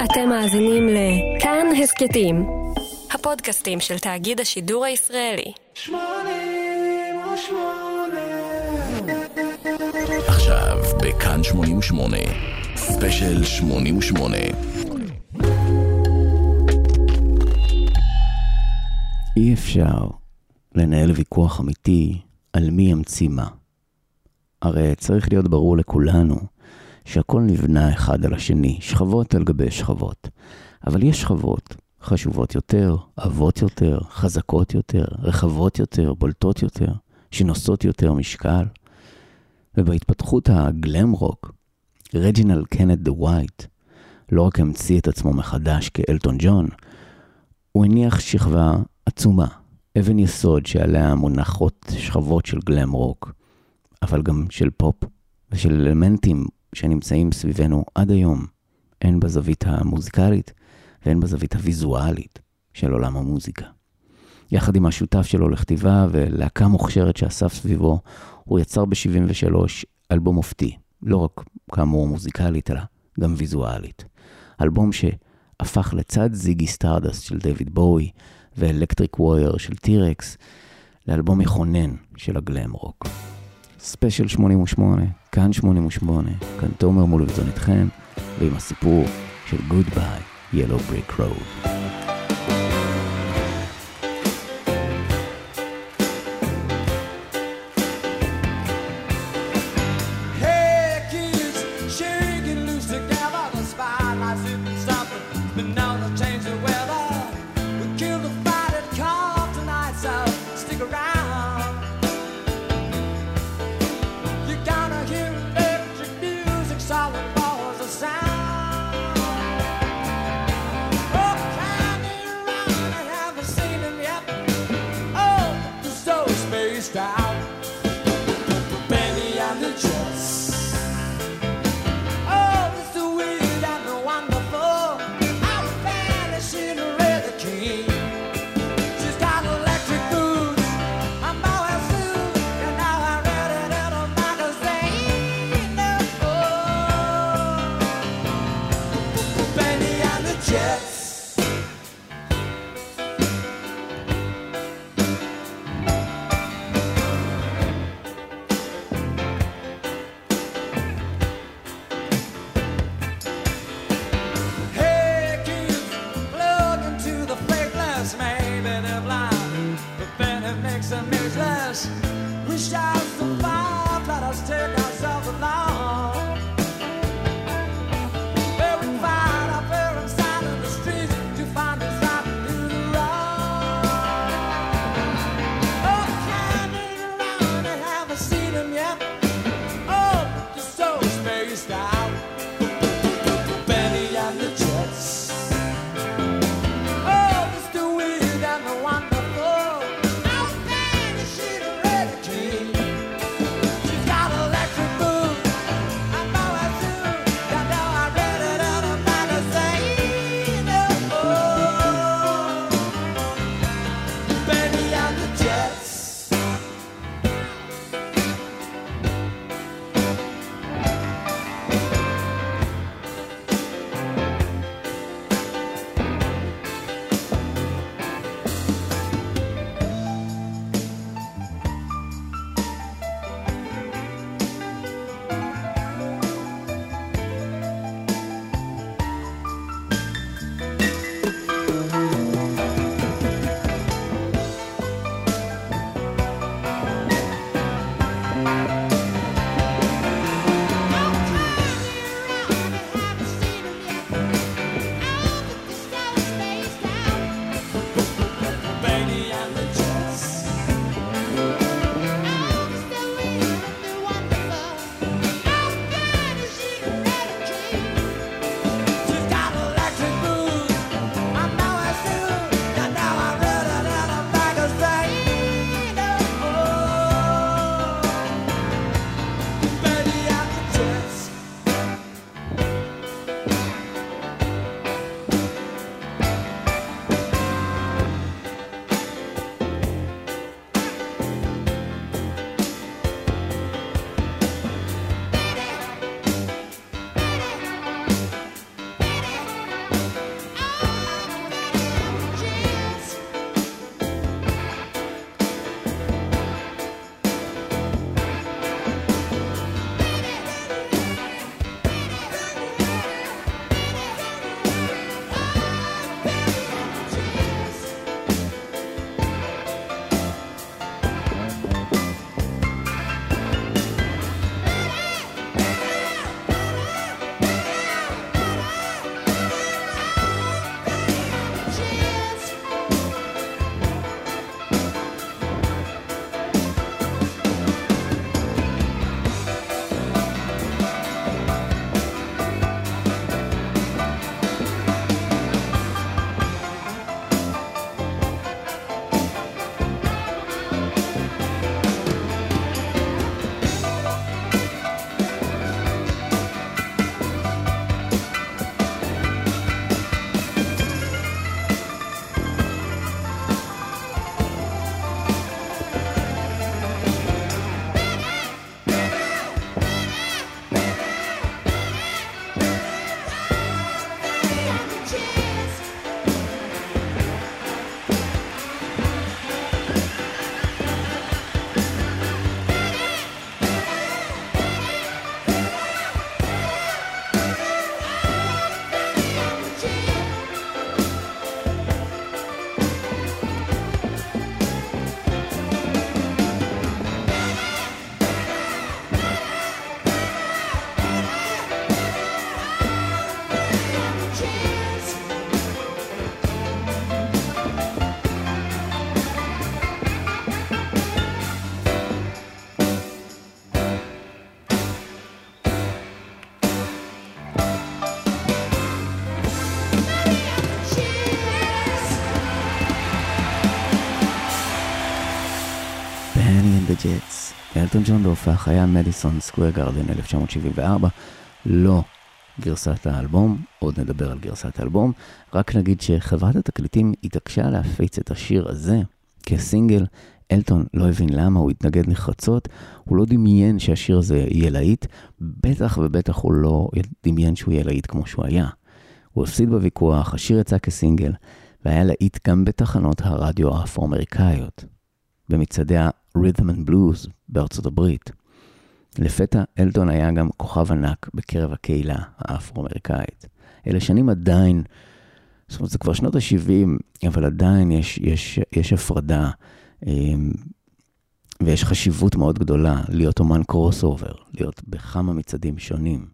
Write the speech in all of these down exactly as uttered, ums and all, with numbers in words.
אתם מאזינים לכאן הסקטים, הפודקאסטים של תאגיד השידור הישראלי. שמונים ושמונה עכשיו בכאן שמונים ושמונה, ספיישל שמונים ושמונה. אי אפשר לנהל ויכוח אמיתי על מי ימציא מה. הרי צריך להיות ברור לכולנו שהכל נבנה אחד על השני, שכבות על גבי שכבות. אבל יש שכבות חשובות יותר, אהבות יותר, חזקות יותר, רחבות יותר, בולטות יותר, שנושאות יותר משקל. ובהתפתחות הגלם רוק, רג'ינל קנט דה ווייט לא רק המציא את עצמו מחדש כאלטון ג'ון, הוא הניח שכבה עצומה, אבן יסוד שעליה מונחות שכבות של גלם רוק, אבל גם של פופ ושל אלמנטים שנמצאים סביבנו עד היום, הן בזווית המוזיקלית והן בזווית הוויזואלית של עולם המוזיקה. יחד עם השותף שלו לכתיבה ולהקה מוכשרת שאסף סביבו, הוא יצר ב-שבעים ושלוש אלבום מופתי, לא רק כאמור מוזיקלית, אלא גם ויזואלית. אלבום שהפך לצד זיגי סטארדסט של דיוויד בואי ואלקטריק וויר של טירקס, לאלבום מכונן של הגלם רוק. ספיישל שמונים ושמונה, כאן שמונים ושמונה, כאן תומר מול וזון איתכם, ועם הסיפור של Goodbye Yellow Brick Road. Very fine up there inside of the street. וג'טס. אלטון ג'ון בהופעה חיה מדיסון סקוואר גארדן אלף תשע מאות שבעים וארבע, לא גרסת האלבום, עוד נדבר על גרסת האלבום, רק נגיד שחברת התקליטים התעקשה להפיץ את השיר הזה כסינגל. אלטון לא הבין למה, הוא התנגד נחרצות, הוא לא דמיין שהשיר הזה יהיה להיט, בטח ובטח הוא לא דמיין שהוא יהיה להיט כמו שהוא היה. הוא הפסיד בוויכוח, השיר יצא כסינגל, והיה להיט גם בתחנות הרדיו האפרו-אמריקאיות, במצעדי ה-Rhythm and Blues בארצות הברית. לפתע אלטון היה גם כוכב ענק בקרב הקהילה האפרו-אמריקאית. אלה שנים עדיין, זאת אומרת, זה כבר שנות ה-שבעים, אבל עדיין יש, יש, יש הפרדה, ויש חשיבות מאוד גדולה להיות אומן קרוס אובר, להיות בכמה מצעדים שונים.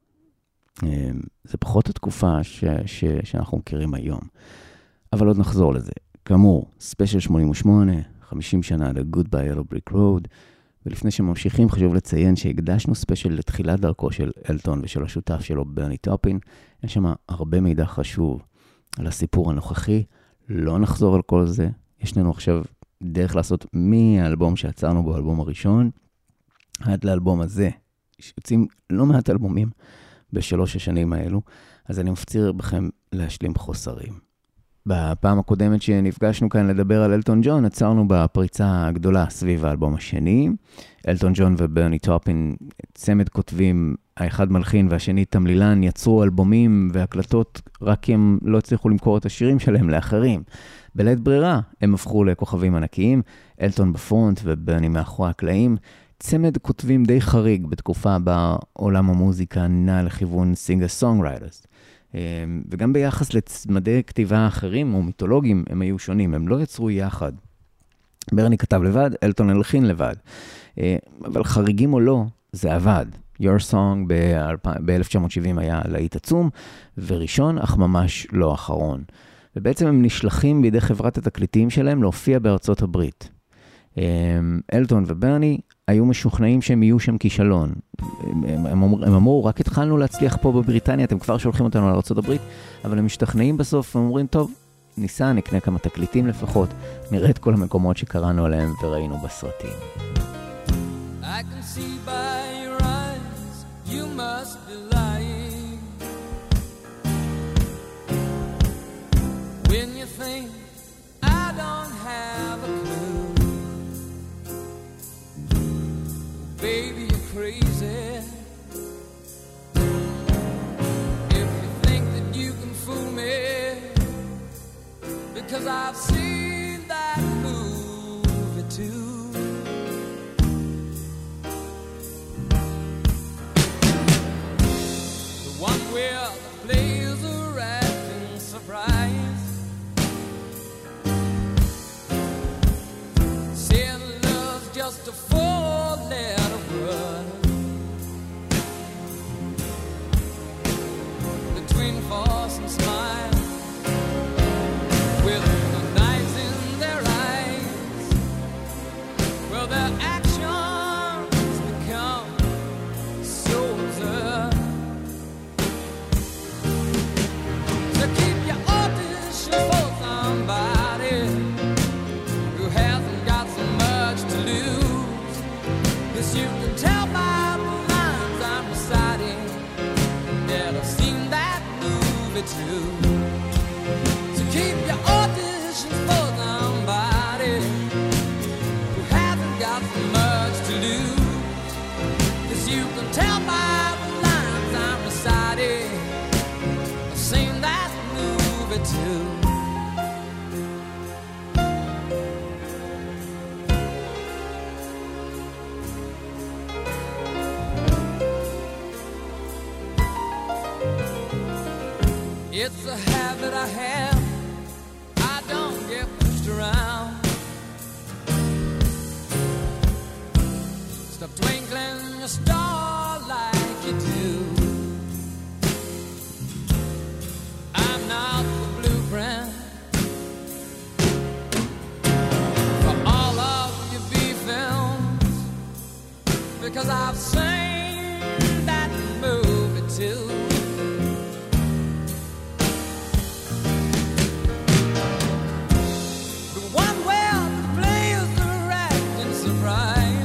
זה פחות התקופה ש, ש, שאנחנו מכירים היום. אבל עוד נחזור לזה. כאמור, ספיישל שמונים ושמונה, חמישים שנה ל-Goodbye Yellow Brick Road, ולפני שממשיכים חשוב לציין שהקדשנו ספיישל לתחילת דרכו של אלטון ושל השותף שלו ברני טופין. יש שם הרבה מידע חשוב על הסיפור הנוכחי, לא נחזור על כל זה. יש לנו עכשיו דרך לעשות מהאלבום שעצרנו בו, האלבום הראשון, עד לאלבום הזה. יוצאים לא מעט אלבומים בשלוש השנים האלו, אז אני מפציר בכם להשלים חוסרים. בפעם הקודמת שנפגשנו כאן לדבר על אלטון ג'ון, עצרנו בפריצה הגדולה סביב האלבום השני. אלטון ג'ון וברני טופין, צמד כותבים, האחד מלחין והשני תמלילן, יצרו אלבומים והקלטות רק כי הם לא הצליחו למכור את השירים שלהם לאחרים. בלית ברירה הם הפכו לכוכבים ענקיים, אלטון בפרונט וברני מאחורי הקלעים. צמד כותבים די חריג בתקופה בה עולם המוזיקה נע לכיוון סינגר-סונגרייטרס. וגם ביחס לצמדי כתיבה אחרים או מיתולוגיים הם היו שונים, הם לא יצרו יחד. ברני כתב לבד, אלטון הלחין לבד. אבל חריגים או לא, זה עבד. Your Song ב-אלף תשע מאות שבעים היה להיט עצום, וראשון, אך ממש לא אחרון. ובעצם הם נשלחים בידי חברת התקליטים שלהם להופיע בארצות הברית. אלטון וברני היו משוכנעים שהם יהיו שם כישלון. הם, הם, אמר, הם אמרו, רק התחלנו להצליח פה בבריטניה, אתם כבר שולחים אותנו לארצות הברית, אבל הם משתכנעים בסוף, הם אומרים, טוב, ניסה, נקנה כמה תקליטים לפחות, נראה את כל המקומות שקראנו עליהם וראינו בסרטים. I can see by your eyes, you must be lying. When you think I don't have a clue, baby, you're crazy. If you think that you can fool me, because I've seen that movie too. The one where the players are acting surprised, saying love's just a four-letter word between force and smile, with the knives in their eyes. Well, their actions become so absurd. So keep your audition for somebody who hasn't got so much to lose. 'Cause you can tell by the lines I'm reciting that I've seen that movie too. So keep your auditions for somebody who hasn't got so much to lose. 'Cause you can tell by the lines I'm reciting I've seen that movie too. It's a habit I have, I don't get pushed around. Stop twinkling your star like you do. I'm not the blueprint for all of your B films, because I've seen that movie too. The one where the players are acting surprised,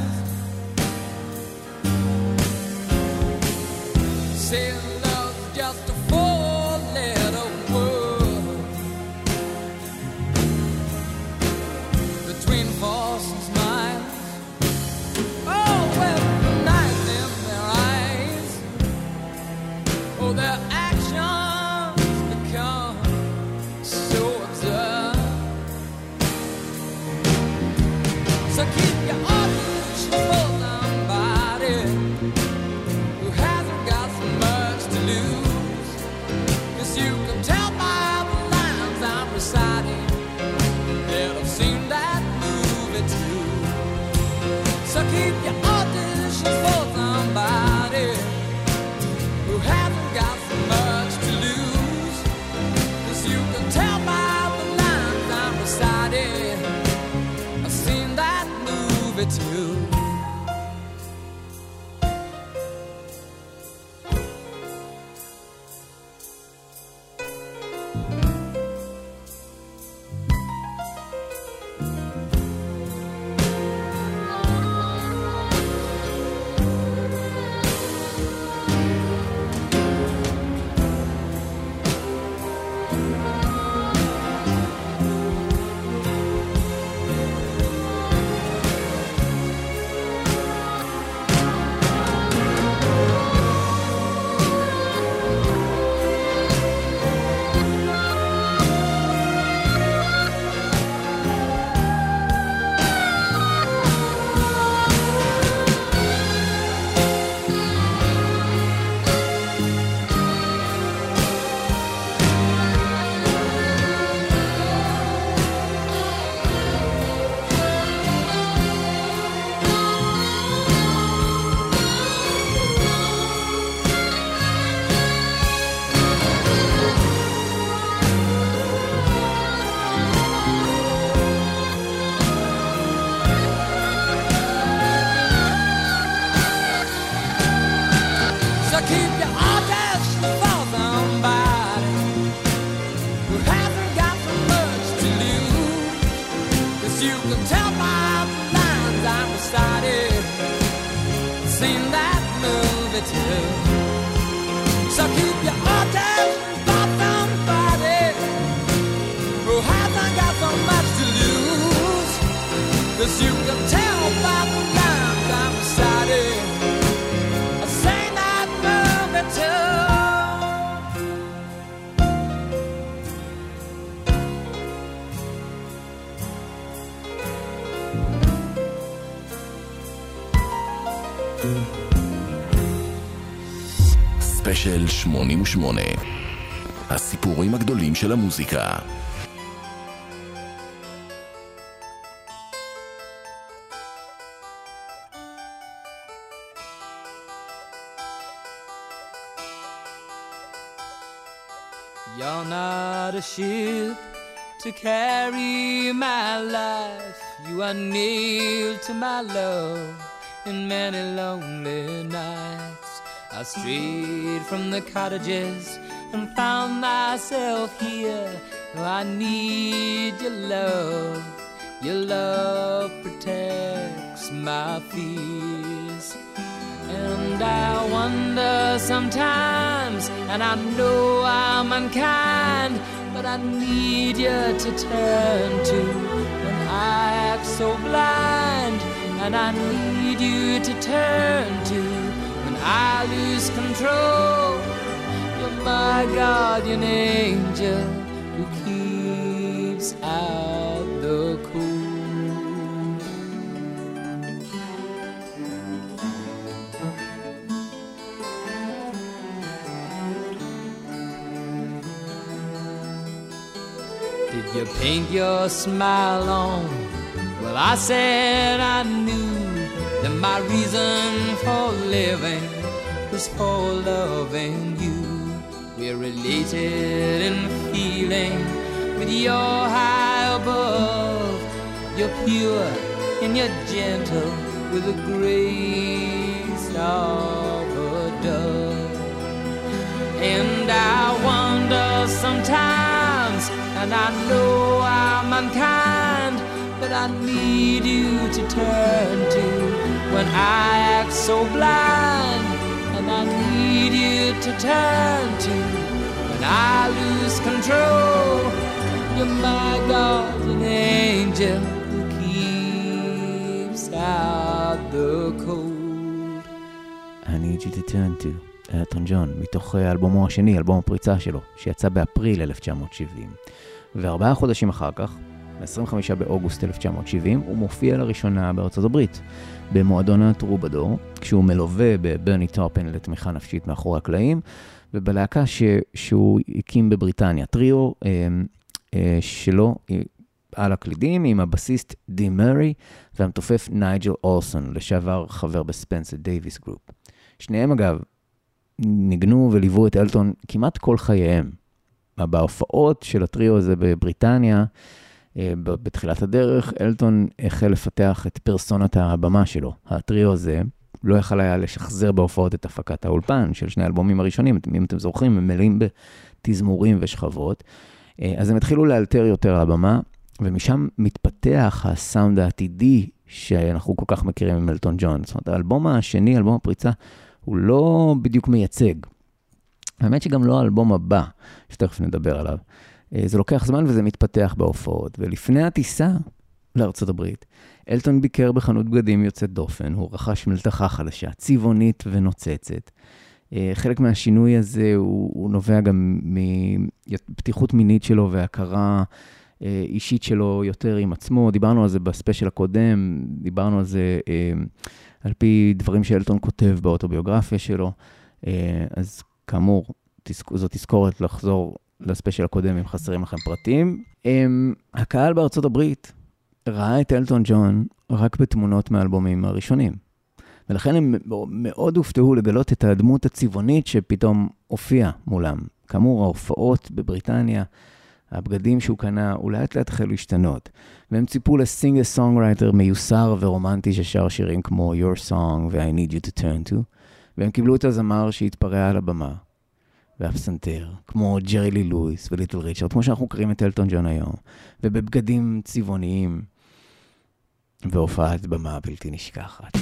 keep your auditions for somebody who hasn't got so much to lose. 'Cause you can tell by the lines I'm reciting, I've seen that movie too. Keep your auditions for somebody who hasn't got so much to lose. 'Cause you can tell by the lines I'm reciting, seen that movie too. So keep your auditions for somebody who hasn't got so much to lose. 'Cause you can tell by the lines I'm reciting, ספיישל שמונים ושמונה, הסיפורים הגדולים של המוזיקה. You're not a ship to carry my life. You are nailed to my love in many lonely nights. I strayed from the cottages and found myself here. I need your love. Your love protects my fears. And I wonder sometimes, and I know I'm unkind, but I need you to turn to when I act so blind. And I need you to turn to when I lose control. You're my guardian angel who keeps out the cold. Did you paint your smile on? Well, I said I knew that my reason for living was for loving you. We're related in feeling, but you're high above. You're pure and you're gentle with the grace of a dove. And I wonder sometimes, and I know I'm unkind, but I need you to turn to when I act so blind. And I need you to turn to when I lose control. You're my guardian angel who keeps out the cold. I need you to turn to אלטון ג'ון, מתוך אלבומו השני, אלבום הפריצה שלו, שיצא באפריל אלף תשע מאות שבעים. וארבעה חודשים אחר כך, ב-עשרים וחמישה באוגוסט אלף תשע מאות שבעים, הוא מופיע לראשונה בארצות הברית, במועדון הטרובדור, כשהוא מלווה בברני טופן לתמיכה נפשית מאחורי הקלעים, ובלהקה ש... שהוא הקים בבריטניה, טריו אה, אה, שלו, אה, על הקלידים עם הבסיסט די מרי והמתופף נייג'ל אולסון, לשעבר חבר בספנסר דייביס גרופ. שניהם אגב ניגנו וליוו את אלטון כמעט כל חייהם. בהופעות של הטריו הזה בבריטניה, בתחילת הדרך, אלטון החל לפתח את פרסונת הבמה שלו. הטריו הזה לא יכל היה לשחזר בהופעות את הפקת האולפן של שני האלבומים הראשונים, אם אתם זוכרים, הם מלאים בתזמורים ושכבות. אז הם התחילו לאלתר יותר על הבמה, ומשם מתפתח הסאונד העתידי שאנחנו כל כך מכירים עם אלטון ג'ון. זאת אומרת, האלבום השני, אלבום הפריצה, הוא לא בדיוק מייצג. האמת שגם לא האלבום הבא, שתכף נדבר עליו. זה לוקח זמן וזה מתפתח בהופעות. ולפני הטיסה לארצות הברית, אלטון ביקר בחנות בגדים יוצאת דופן, הוא רכש מלתחה חדשה, צבעונית ונוצצת. חלק מהשינוי הזה הוא, הוא נובע גם מפתיחות מינית שלו והכרה אישית שלו יותר עם עצמו. דיברנו על זה בספיישל הקודם, דיברנו על זה על פי דברים שאלטון כותב באוטוביוגרפיה שלו. אז כאמור, זו תזכורת לחזור לספיישל הקודם אם חסרים לכם פרטים. הקהל בארצות הברית ראה את אלטון ג'ון רק בתמונות מהאלבומים הראשונים. ולכן הם מאוד הופתעו לגלות את הדמות הצבעונית שפתאום הופיעה מולם. כאמור, ההופעות בבריטניה, הבגדים שהוא קנה, אולי לאט לאט החלו להשתנות. והם ציפו לסינגר סונגרייטר מיוסר ורומנטי ששר שירים כמו Your Song ו-I Need You to Turn To. והם קיבלו את הזמר שהתפרע על הבמה. והפסנתר, כמו ג'רי לי לואיס וליטל ריצ'רד, כמו שאנחנו קוראים את אלטון ג'ון היום. ובבגדים צבעוניים. והופעת במה בלתי נשכחת.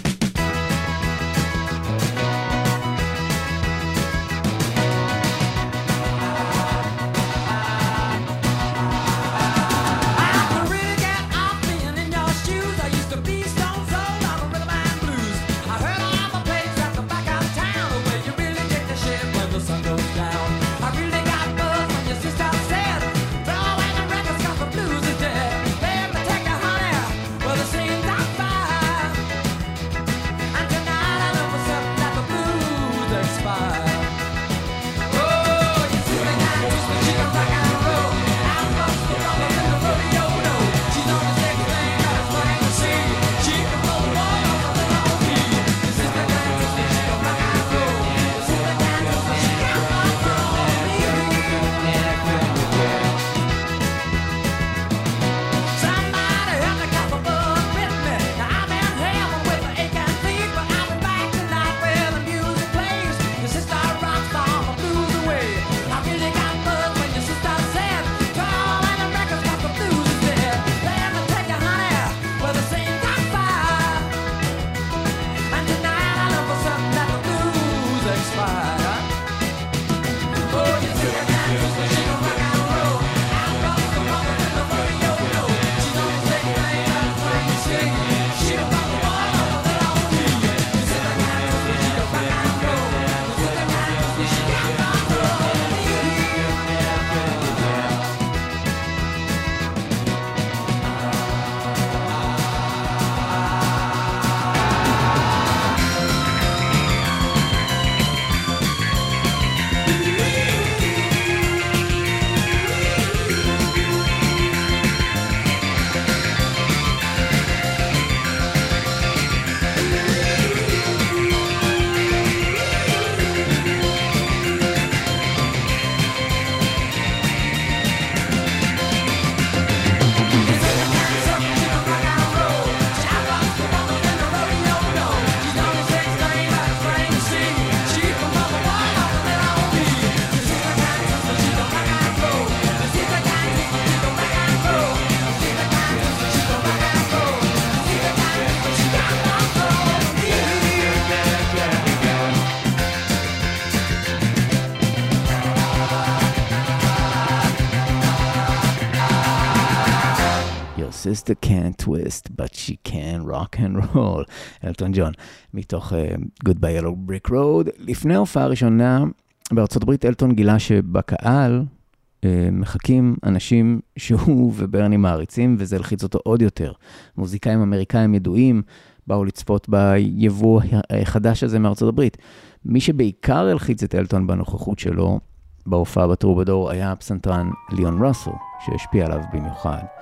Sister can't twist, but she can rock and roll. אלטון ג'ון, מתוך uh, Goodbye Yellow Brick Road. לפני ההופעה הראשונה, בארצות הברית, אלטון גילה שבקהל uh, מחכים אנשים שהוא וברני מעריצים, וזה הלחיץ אותו עוד יותר. מוזיקאים אמריקאים ידועים באו לצפות ביבוא החדש הזה מארצות הברית. מי שבעיקר הלחיץ את אלטון בנוכחות שלו, בהופעה בטרובדור, היה הפסנתרן ליאון ראסל, שהשפיע עליו במיוחד.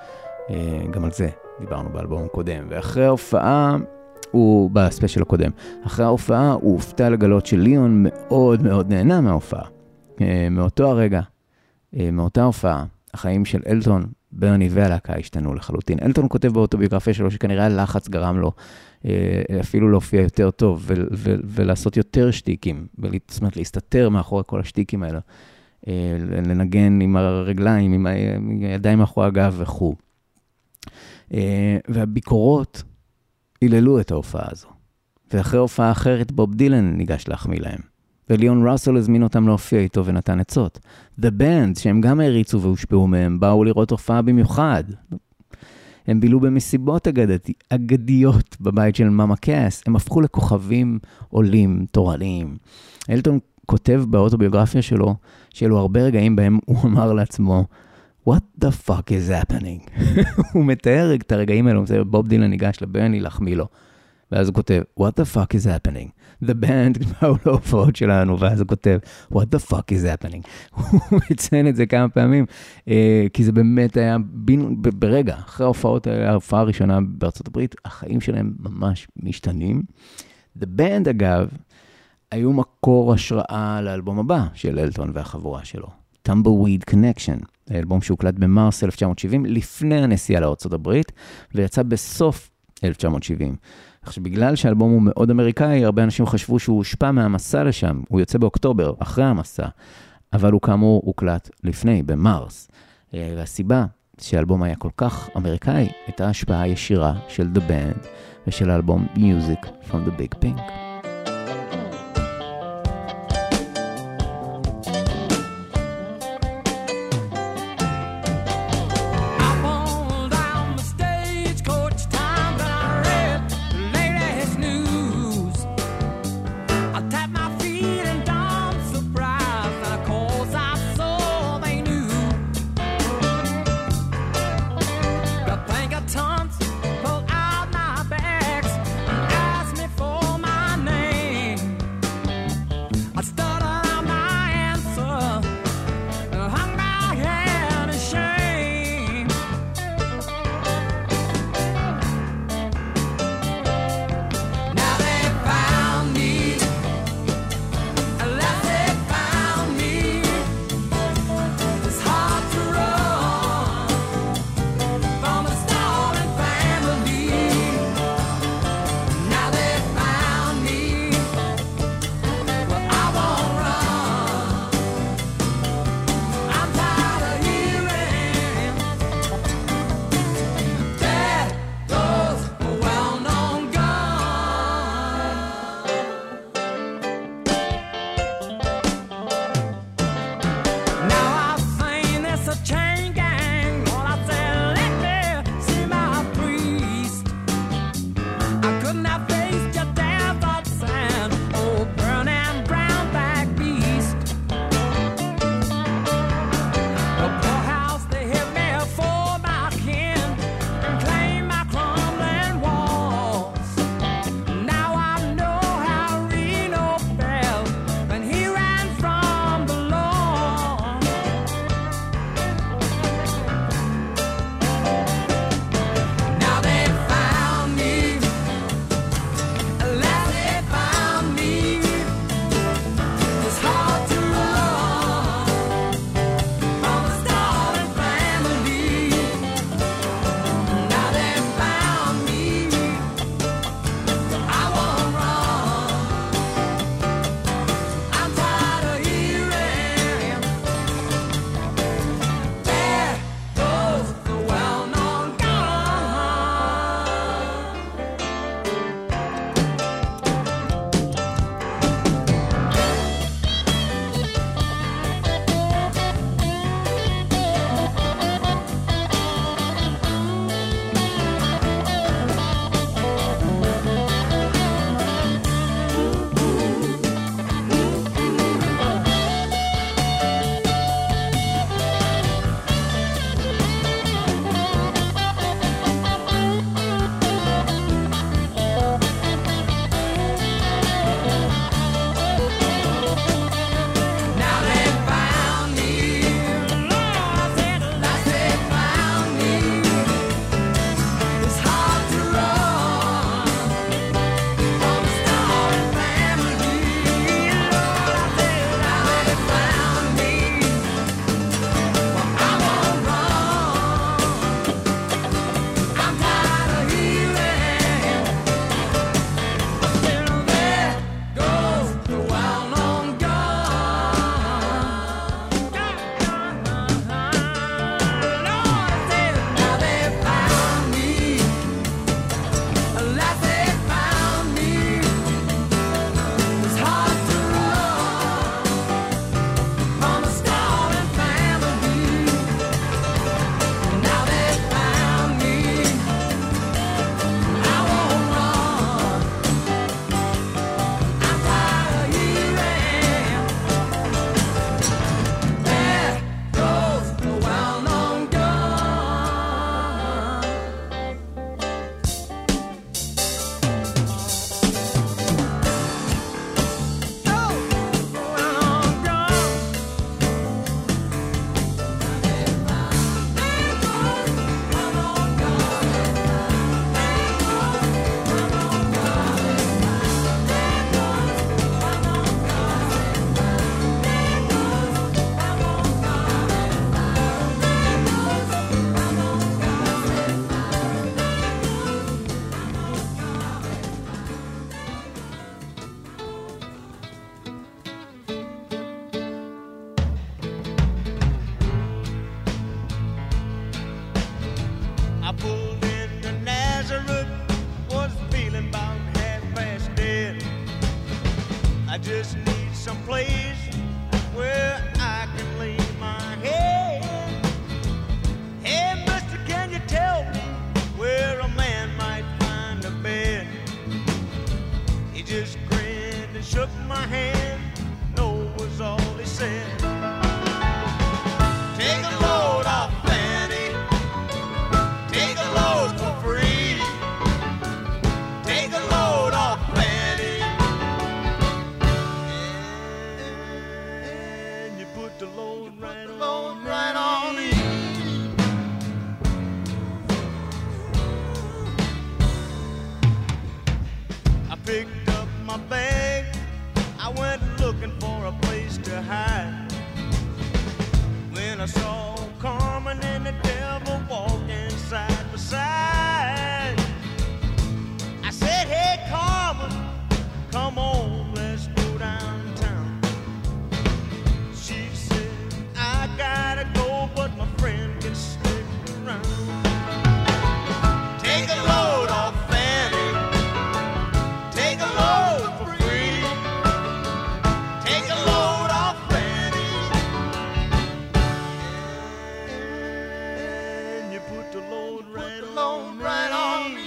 גם על זה דיברנו באלבום הקודם. ואחרי ההופעה, הוא בספיישל הקודם, אחרי ההופעה הוא הופתע לגלות שליאון מאוד מאוד נהנה מההופעה. מאותו הרגע, מאותה הופעה, החיים של אלטון, ברני והלהקה השתנו לחלוטין. אלטון כותב באוטוביוגרפיה שלו שכנראה הלחץ גרם לו אפילו להופיע יותר טוב ו- ו- ולעשות יותר שטיקים, זאת אומרת להסתתר מאחורי כל השטיקים האלה, לנגן עם הרגליים, עם הידיים מאחורי הגב וכו'. והביקורות היללו את ההופעה הזו. ואחרי הופעה אחרת בוב דילן ניגש להחמיא להם. וליאון ראסל הזמין אותם להופיע איתו ונתן עצות. The Band, שהם גם הריצו והושפעו מהם, באו לראות הופעה במיוחד. הם בילו במסיבות אגדי, אגדיות בבית של מאמה קאס. הם הפכו לכוכבים עולים, תורניים. אלטון כותב באוטוביוגרפיה שלו, שאלו הרבה רגעים בהם הוא אמר לעצמו, What the fuck is happening? הוא מתאר את הרגעים האלו, בוב דילן ניגש לברני להחמיא לו. ואז הוא כותב, What the fuck is happening? The band, באו להופעות שלנו, ואז הוא כותב, What the fuck is happening? הוא מציין את זה כמה פעמים, כי זה באמת היה ברגע, אחרי ההופעות, ההופעה הראשונה בארצות הברית, החיים שלהם ממש משתנים. The band, אגב, היו מקור השראה לאלבום הבא של אלטון והחבורה שלו, Tumbleweed Connection, האלבום שהוקלט במרס אלף תשע מאות שבעים, לפני הנסיעה לארצות הברית, ויצא בסוף אלף תשע מאות שבעים. עכשיו, בגלל שהאלבום הוא מאוד אמריקאי, הרבה אנשים חשבו שהוא הושפע מהמסע לשם. הוא יוצא באוקטובר, אחרי המסע. אבל הוא כאמור הוקלט לפני, במרס. והסיבה שהאלבום היה כל כך אמריקאי, הייתה השפעה ישירה של The Band ושל האלבום Music from the Big Pink. Pull out my bags, ask me for my place where I can lay my head. Hey, mister, can you tell me where a man might find a bed? He just grinned and shook my hand. No was all he said. Take a load off Fanny. Take a load for free. Take a load off Fanny. And you put the load right on, right on me. I picked up my bag. I went looking for a place to hide. When I saw Carmen and the devil walking side by side, I said, hey Carmen, come on, let's go downtown. She said, I gotta go, but my friend can stick around. Take a load off Fanny. Take a load for free. Take a load off Fanny. And you put the load right on, right on me.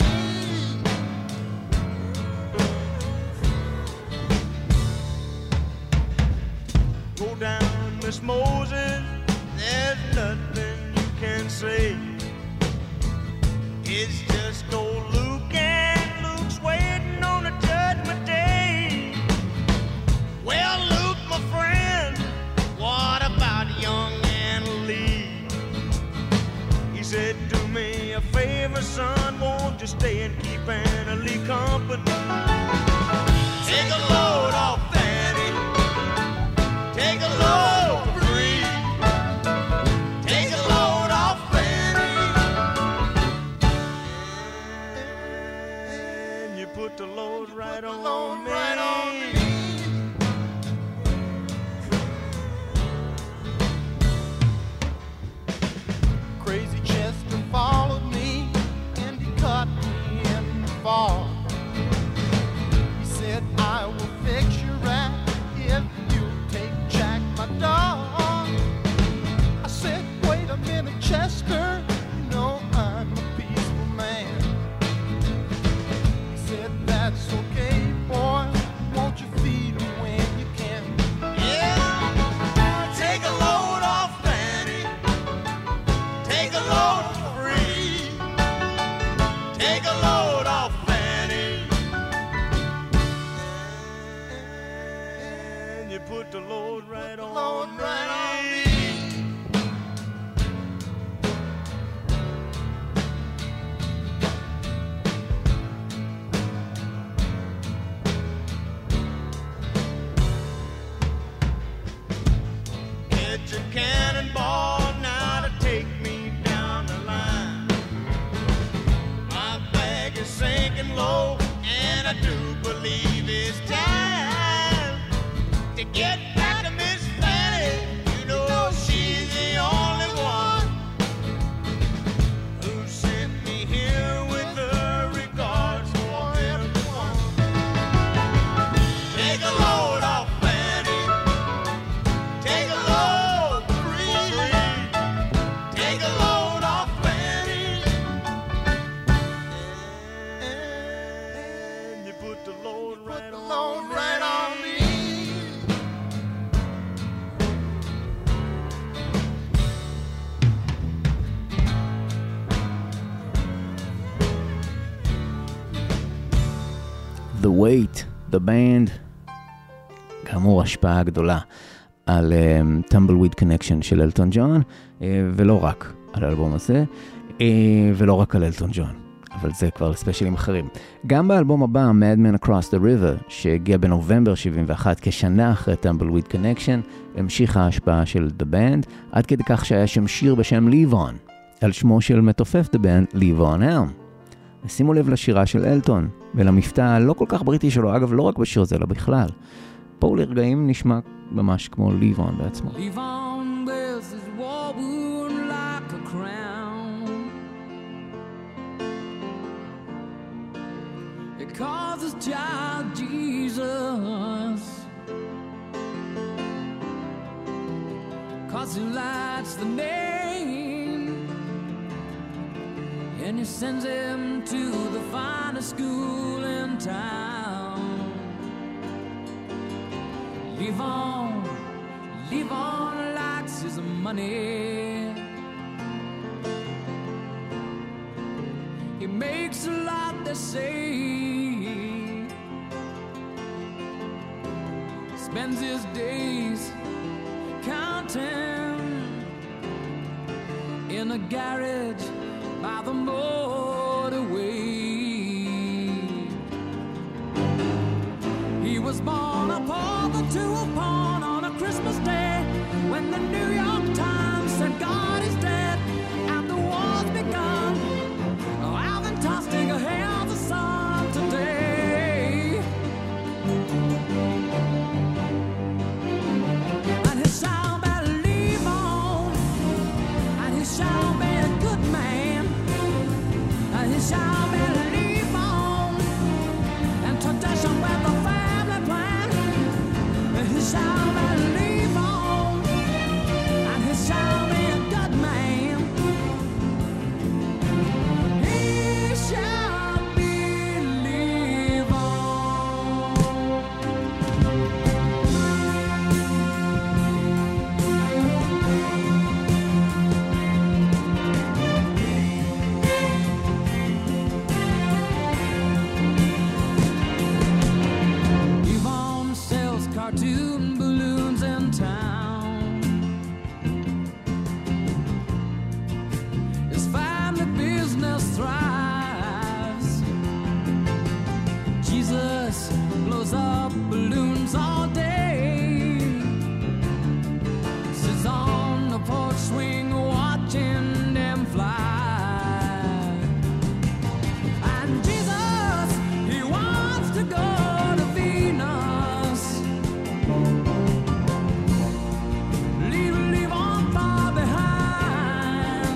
Go down, Miss Moses, there's nothing you can say. It's just old Luke, and Luke's waiting on a judgment day. Well, Luke, my friend, what about young Anna Lee? He said, do me a favor, son, won't you stay and keep Anna Lee company? Take a load off Fanny. Take a load for free. Take a load off Fanny. And you put the load right on me. Right on me. Crazy Chester followed me and he caught me in the fall. He said, I will fix you right if you take Jack, my dog. I said, wait a minute, Chester, you know I'm a peaceful man. He said, that's okay, boy, won't you feed him when you can? Yeah, take a load off Fanny. Take a load for free. Take a load off Fanny. And you put the load right on, load right on me. Get your cannonball now to take me down the line. My bag is sinking low, and I do believe it's time to get back to Miss Fanny. You know she's the only one who sent me here with her regards for everyone. Take a load off Fanny. Take a load free. Take a load off Fanny. And you put the load right on, right on me. The Weight, The Band, כאמור השפעה גדולה על um, Tumbleweed Connection של אלטון ג'ון, uh, ולא רק על האלבום הזה, uh, ולא רק על אלטון ג'ון, אבל זה כבר לספיישלים אחרים. גם באלבום הבא, Madman Across the River, שהגיע בנובמבר שבעים ואחת, כשנה אחרי Tumbleweed Connection, המשיכה ההשפעה של The Band, עד כדי כך שהיה שם שיר בשם Leave On, על שמו של מתופף The Band, Leave On Elm. שימו לב לשירה של אלטון, ולמבטא הלא כל כך בריטי שלו, אגב לא רק בשיר זה, אלא בכלל. פה לרגעים נשמע ממש כמו Leave On בעצמו. Leave on with his war wound like a crown. It calls his child Jesus. he lights the name, and he sends him to the finest school in town. Leave on, leave on likes his money. He makes a lot, they say. Spends his days counting in a garage by the motorway. He was born a pauper to a pawn on a Christmas day, when the New York Times said God is dead and the war's begun. Oh, Alvin Tostinger hails the sun today. And he shall believe on, and he shall be a good man, and he shall believe on, and tradition with the family plan. And he shall believe on, and he shall be a good man. He shall believe on. Yvonne sells cartoon balloons in town. His family business thrives. Jesus blows up balloons all day. Sits on the porch swing watching them fly. And Jesus, he wants to go to Venus. Leave, leave on far behind.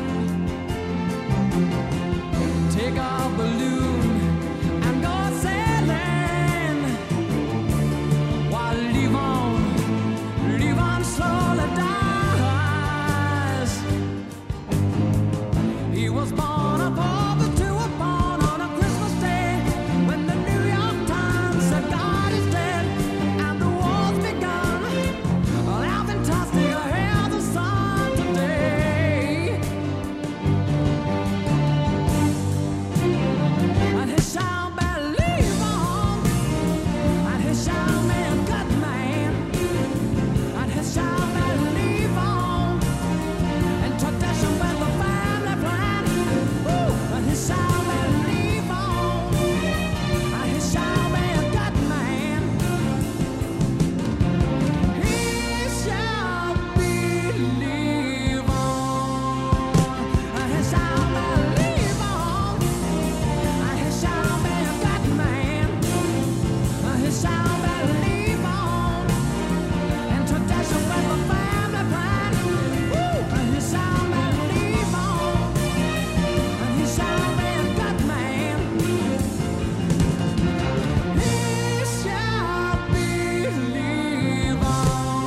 Take a balloon and go sailing, while leave on, leave on slowly dies. He was born a pauper to a pawn on a Christmas day, when the New York Times said God is dead and the war's begun. Well, Alvin Tostinger hails the sun today. And he shall believe on, and he shall be a good man, and he shall believe on, and tradition with the family plan. Ooh, and he shall believe on, and he shall be a good man. He shall believe on, and he shall believe on, and he shall be a good man. And he shall believe on, and tradition with the family plan. Woo! And he shall believe on, and he shall be a good man. He shall believe on.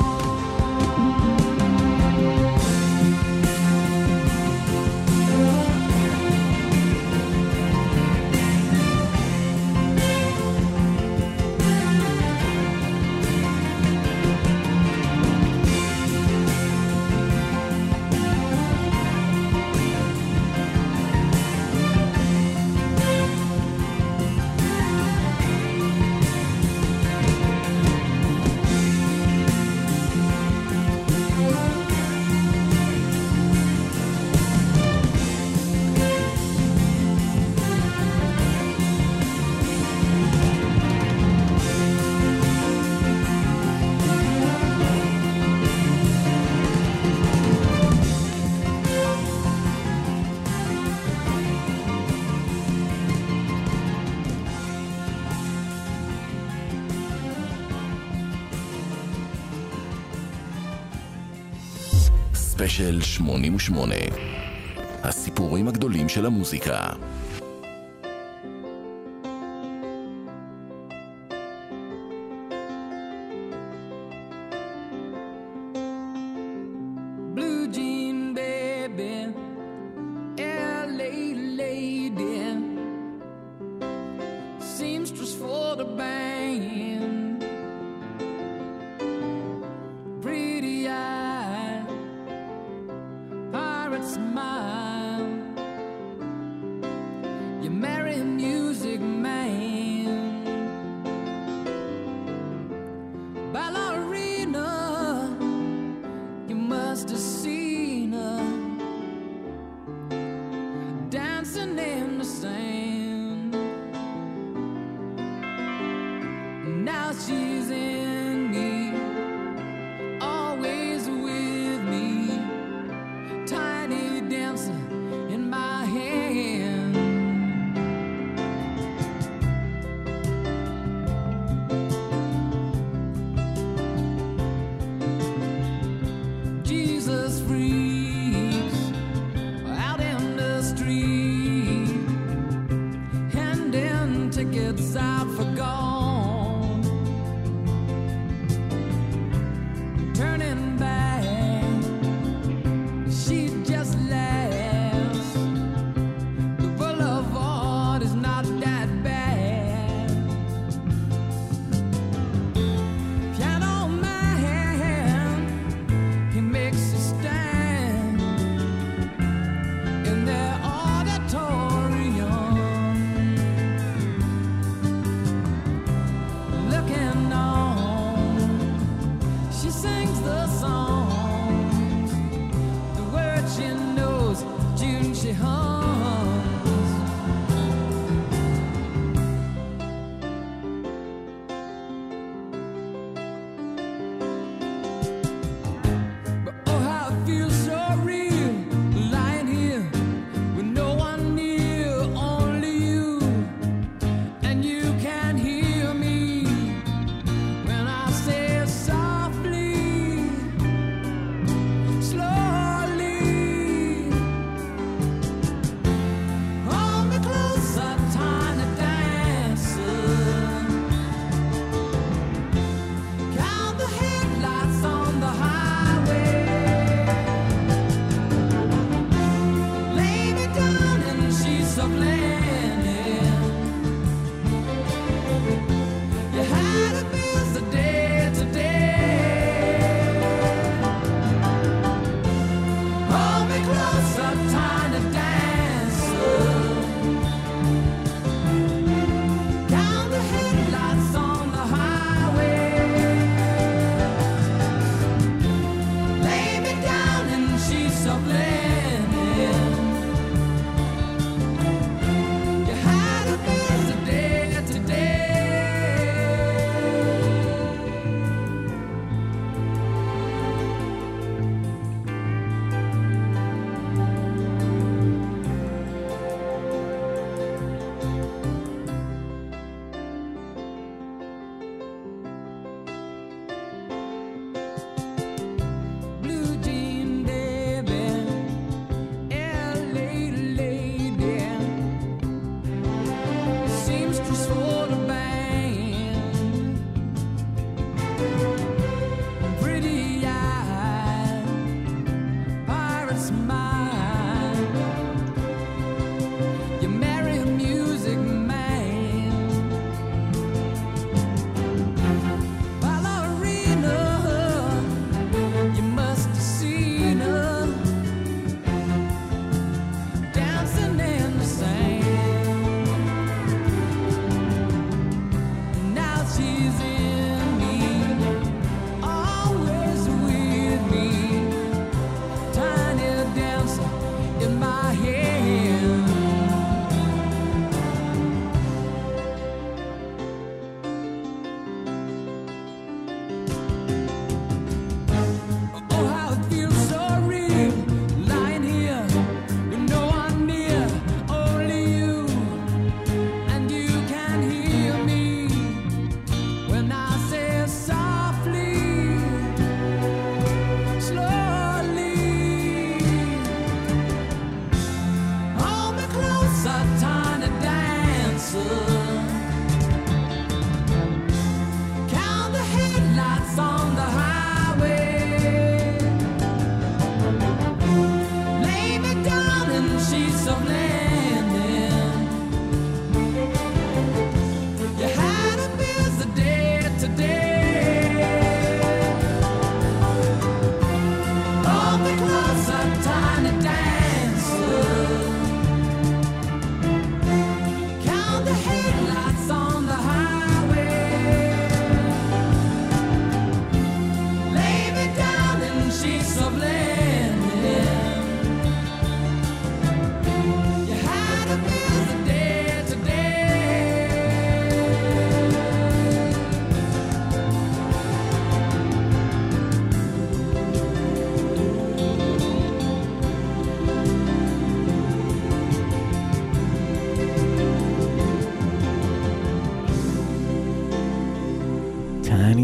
ספיישל שמונים ושמונה, הסיפורים הגדולים של המוזיקה. Blue the band. Pretty eyed pirate smile. You marry a music man. Ballerina, you must have seen her dancing in the sand. Now she's in me, always with me, tiny dancer in my hand. Jesus freaks out in the street, handing tickets out for gone. Turning back, she just laughs. The boulevard is not that bad. Piano man, he makes a stand in their auditorium, looking on. She sings the songs, the words she knows, June she hums. But oh, how I feel so real, lying here with no one near, only you, and you can hear me when I say softly, slowly. Hold me closer, tiny dancer. Count the headlights on the highway. Lay me down in sheets of linen. You had a busy day today. Hold me closer, tiny dancer. Count the headlights on the highway. Lay me down in sheets of linen. You had a busy day today.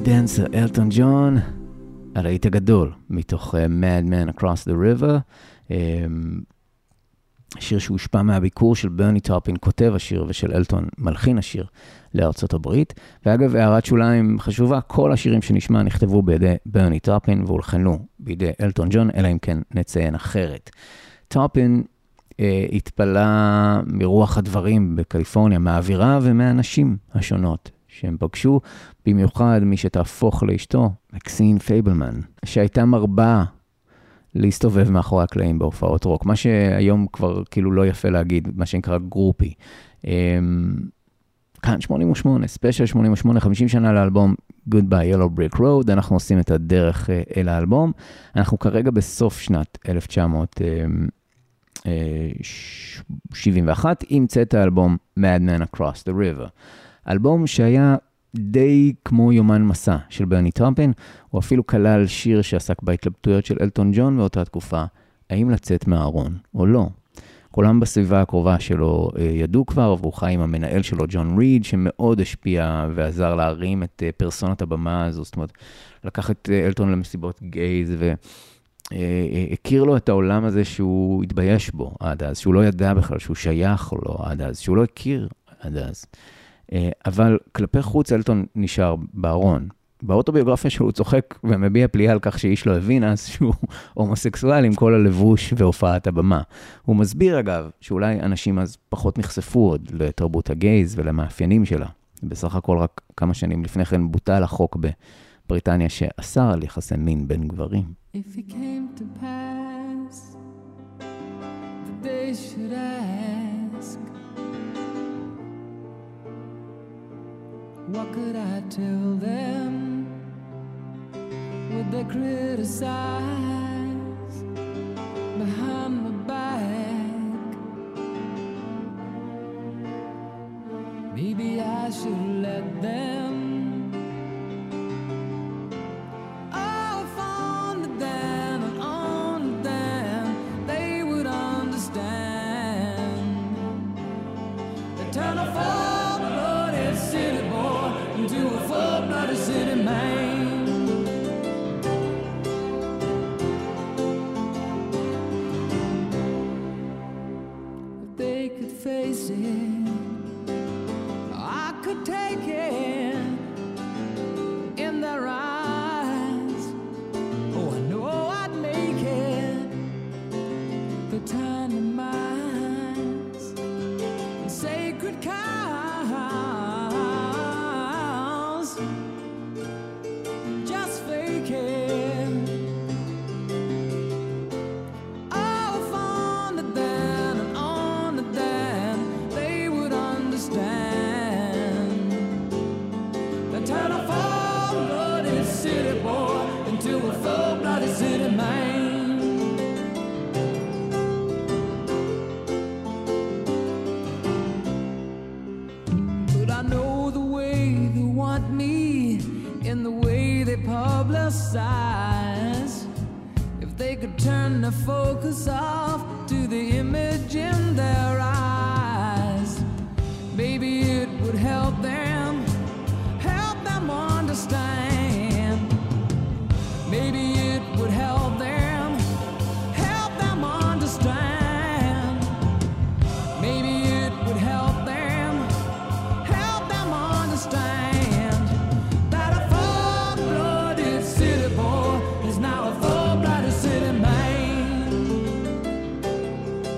דנסר, אלטון ג'ון, הלהיט הגדול, מתוך uh, Mad Man Across the River, um, שיר שהושפע מהביקור של ברני טופין, כותב השיר, ושל אלטון מלחין השיר לארצות הברית. ואגב, הערת שוליים חשובה, כל השירים שנשמע נכתבו בידי ברני טופין, והולחנו בידי אלטון ג'ון, אלא אם כן נציין אחרת. טופין אה, התפלה מרוח הדברים בקליפורניה, מהאווירה ומהאנשים השונות שהם פגשו, במיוחד מי שתהפוך לאשתו, מקסין פייבלמן, שהייתה מרבה להסתובב מאחורי הקלעים בהופעות רוק, מה שהיום כבר כאילו לא יפה להגיד, מה שנקרא גרופי. כאן שמונים ושמונה, ספיישל שמונים ושמונה, חמישים שנה לאלבום Goodbye Yellow Brick Road, אנחנו עושים את הדרך אל האלבום, אנחנו כרגע בסוף שנת אלף תשע מאות שבעים ואחת, עם צאת האלבום Mad Man Across the River. אלבום שהיה די כמו יומן מסע של ברני טופין, הוא אפילו כלל שיר שעסק בהתלבטויות של אלטון ג'ון באותה תקופה, האם לצאת מהארון או לא. כולם בסביבה הקרובה שלו ידעו כבר, והוא חי עם המנהל שלו, ג'ון ריד, שמאוד השפיע ועזר להרים את פרסונת הבמה הזו, זאת אומרת, לקח את אלטון למסיבות גייז, והכיר לו את העולם הזה שהוא התבייש בו עד אז, שהוא לא ידע בכלל שהוא שייך לו עד אז, שהוא לא הכיר עד אז. אבל כלפי חוץ אלטון נשאר בארון. באוטוביוגרפיה שהוא צוחק ומביע פליאה על כך שאיש לא הבין אז שהוא הומוסקסואל עם כל הלבוש והופעת הבמה. הוא מסביר אגב שאולי אנשים אז פחות נחשפו עוד לתרבות הגייז ולמאפיינים שלה. בסך הכל רק כמה שנים לפני כן בוטל החוק בבריטניה שאסר על יחסי מין בין גברים. If it came to pass that they should ask, what could I tell them? Would they criticize behind my back? Maybe I should let them. Oh, if only then and only then they would understand. They turn a full-blooded city boy into a full-blooded city man. If they could face it, I could take it in their eyes. Oh, I know I'd make it. The tiny minds and sacred cows just fake it. Oh, if only then and only then they would understand. They turn a full-blooded city boy into a full-blooded city man. But I know the way they want me in the way they publicize. If they could turn the focus off to the image in their eyes, maybe it would help them, help them understand. Maybe it would help them, help them understand. Maybe it would help them, help them understand that a full-blooded city boy is now a full-blooded city man.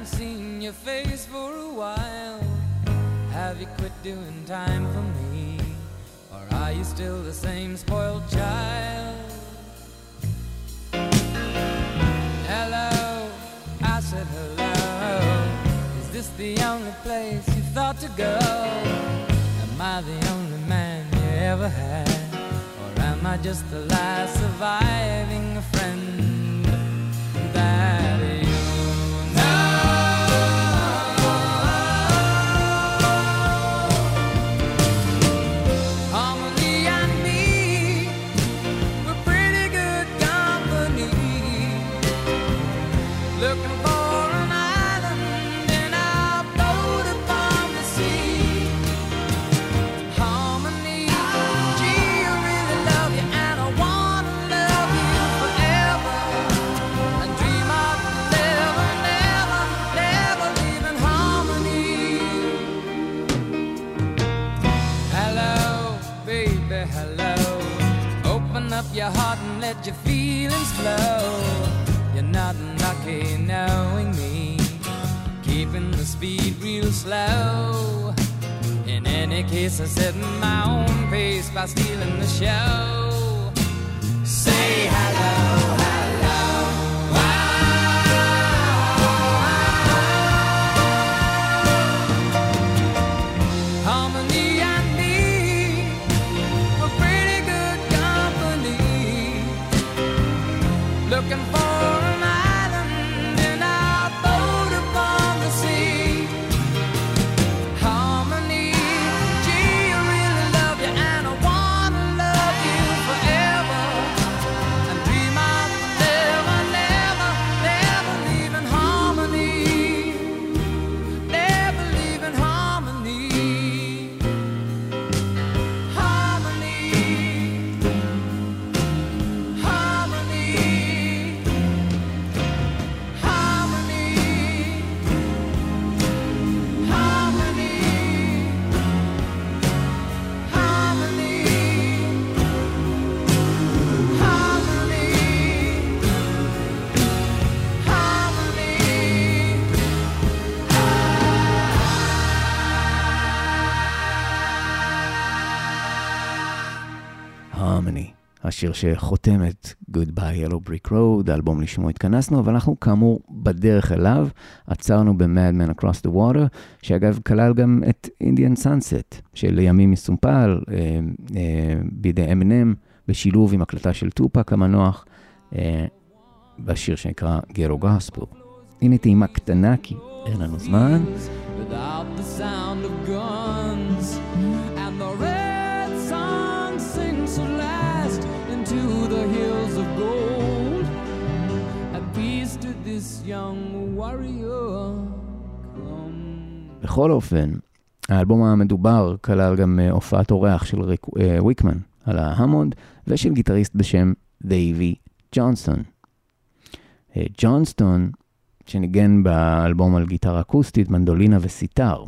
haven't seen your face for a while. Have you quit doing time for me? Or are you still the same spoiled child? Hello, I said hello. Is this the only place you thought to go? Am I the only man you ever had? Or am I just the last surviving friend that you know? Harmony and me, we're pretty good company. Looking for an island in our boat upon the sea. Harmony, gee, I really love you and I wanna love you forever. And dream of never, never, never leaving harmony. Hello, baby, hello. Open up your heart and let your feelings flow. You're not lucky knowing me, keeping the speed real slow. In any case, I set my own pace by stealing the show. Say hello, hello. Harmony and me, we're pretty good company. Looking for an island in our boat upon the sea. Harmony, gee, I really love you and I wanna love you forever. And dream of never, never, never leaving harmony. Never leaving harmony. Harmony. Harmony. Harmony. Harmony. Harmony. הרמוני, השיר שחותם את Goodbye Yellow Brick Road, האלבום לשמו התכנסנו, אבל אנחנו כאמור בדרך אליו, עצרנו ב-Mad Man Across the Water, שאגב כלל גם את Indian Sunset, שלימים מסומפל אה, אה, בידי אמינם, בשילוב עם הקלטה של טופק המנוח, אה, בשיר שנקרא Ghetto Gospel. הנה טעימה קטנה, כי אין לנו זמן. Without the sound of guns and the red sun sings at last into the hills of gold, at peace to this young warrior come. בכל אופן, האלבום המדובר כלל גם הופעת אורח של ריק ויקמן על ההמונד ושל גיטריסט בשם דייבי ג'ונסטון. ג'ונסטון שניגן באלבום על גיטרה אקוסטית, מנדולינה וסיטר,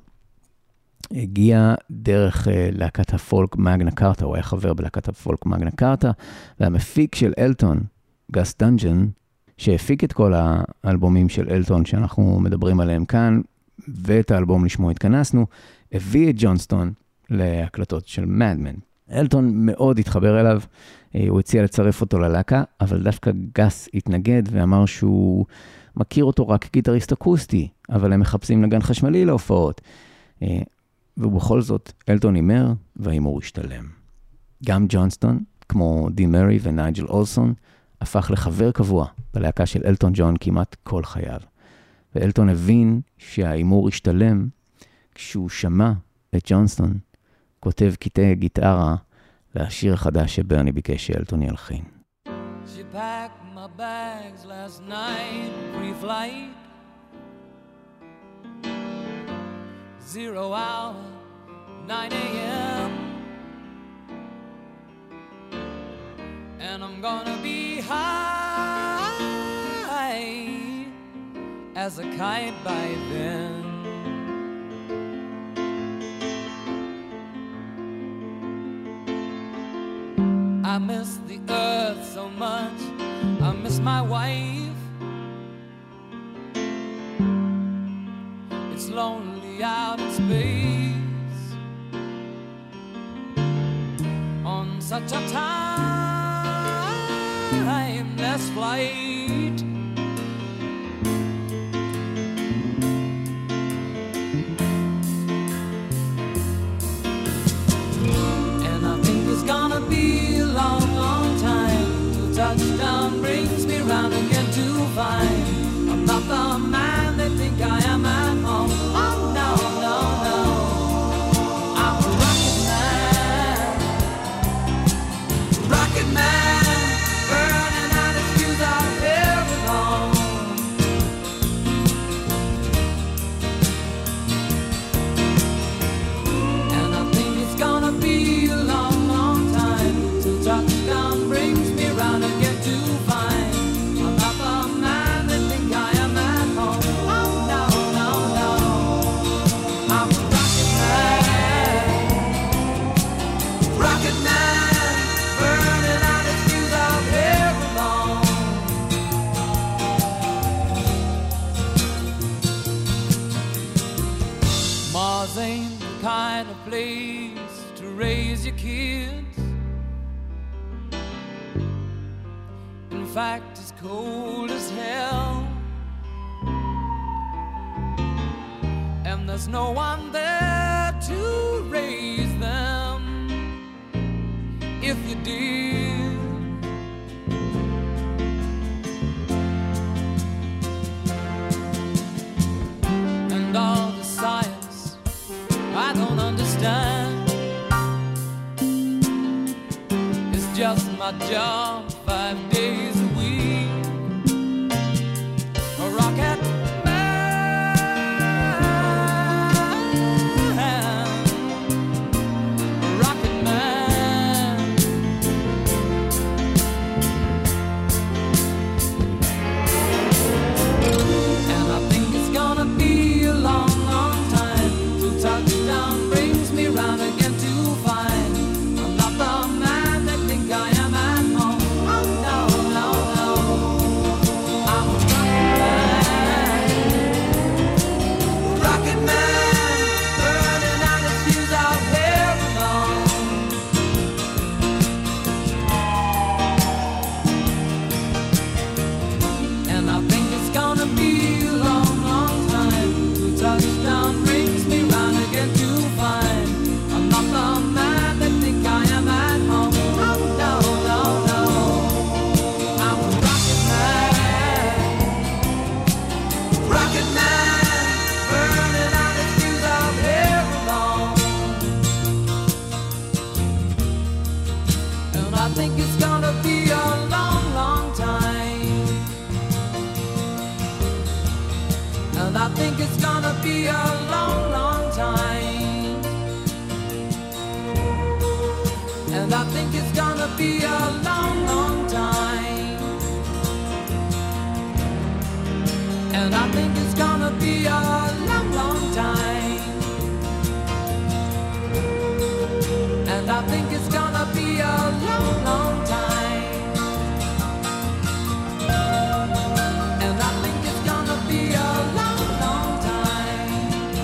הגיע דרך uh, להקת הפולק מגנה קארטה, הוא היה חבר בלהקת הפולק מגנה קארטה, והמפיק של אלטון, גס דנג'ן, שהפיק את כל האלבומים של אלטון שאנחנו מדברים עליהם כאן, ואת האלבום לשמו התכנסנו, הביא את ג'ונסטון להקלטות של מדמן. אלטון מאוד התחבר אליו, הוא הציע לצרף אותו ללהקה, אבל דווקא גס התנגד ואמר שהוא מכיר אותו רק גיטריסט אקוסטי, אבל הם מחפשים נגן חשמלי להופעות. ובכל זאת, אלטון הימר וההימור השתלם. גם ג'ונסטון, כמו די מרי ונייג'ל אולסון, הפך לחבר קבוע בלהקה של אלטון ג'ון כמעט כל חייו. ואלטון הבין שההימור השתלם כשהוא שמע את ג'ונסטון כותב קטעי גיטרה לשיר החדש שברני ביקש שאלטון ילחין. She packed my bags last night, pre-flight, zero hour, nine a.m. And I'm gonna be high as a kite by then. I miss the earth so much, I miss my wife. slowly out in space on such a timeless flight. And I think it's gonna be a long, long time till touchdown brings me round again to find I'm not the man they think I am at home. Oh no, no, no, I'm a rocket man, rocket man, burning out his fuse out here alone. And I think it's gonna be a long, long time till touchdown brings me round again to find I'm not the man they think I am at home. Oh no, no, no, I'm a rocket man, rocket man, burning out his fuse out here alone. Mars ain't the kind of place to raise your kids. In fact, it's cold as hell, and there's no one there to raise them if you did. And all the science I don't understand, it's just my job five days a week. A rocket man, a rocket man. And I think it's gonna be a long, long time till touchdown brings me round again to find I'm not the man they think I am at home. Oh no, no, no, I'm a rocket man, rocket man, burning out his fuse out here alone. And I think it's gonna be a long, long time till touchdown brings me round again to find I'm not the man they think I am at home. Oh no, no, no, I'm a rocket man, rocket man, burning out his fuse out here alone. And I think it's gonna be a long, long time. And I think it's gonna be a long, long time. And I think it's gonna be a long, long time. And I think it's gonna be a long, long time. And I think it's gonna be a long, long time. And I think it's gonna be a long, long time.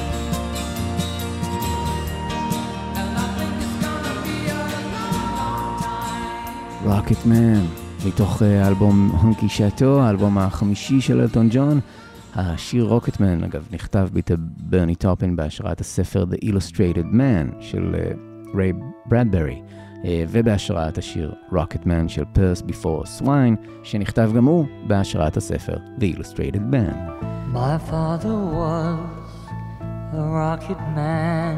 And I think it's gonna be a long, long time. Rocket Man, מתוך אה, אלבום הונקי שאטו, האלבום החמישי של אלטון ג'ון. השיר רוקט מן, אגב, נכתב בידי ברני טופן בהשראת הספר The Illustrated Man של אה, ריי ברדברי, אה, ובהשראת השיר רוקט מן של Purse Before Swine, שנכתב גם הוא בהשראת הספר The Illustrated Man. My father was a rocket man.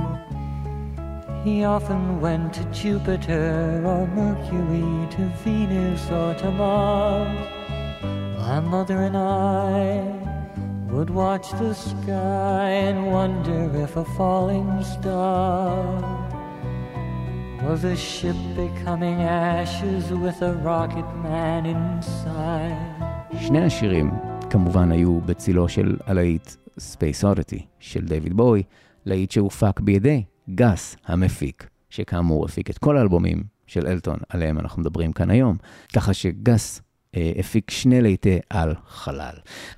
He often went to Jupiter or Mercury, to Venus or to Mars. My mother and I would watch the sky and wonder if a falling star was a ship becoming ashes with a rocket man inside. שני השירים כמובן היו בצילו של הלהיט Space Oddity של דיוויד בואי, להיט שהופק בידי גס המפיק, שכאמור הפיק את כל האלבומים של אלטון עליהם אנחנו מדברים כאן היום, ככה שגס הפיק שני ליטי על חלל.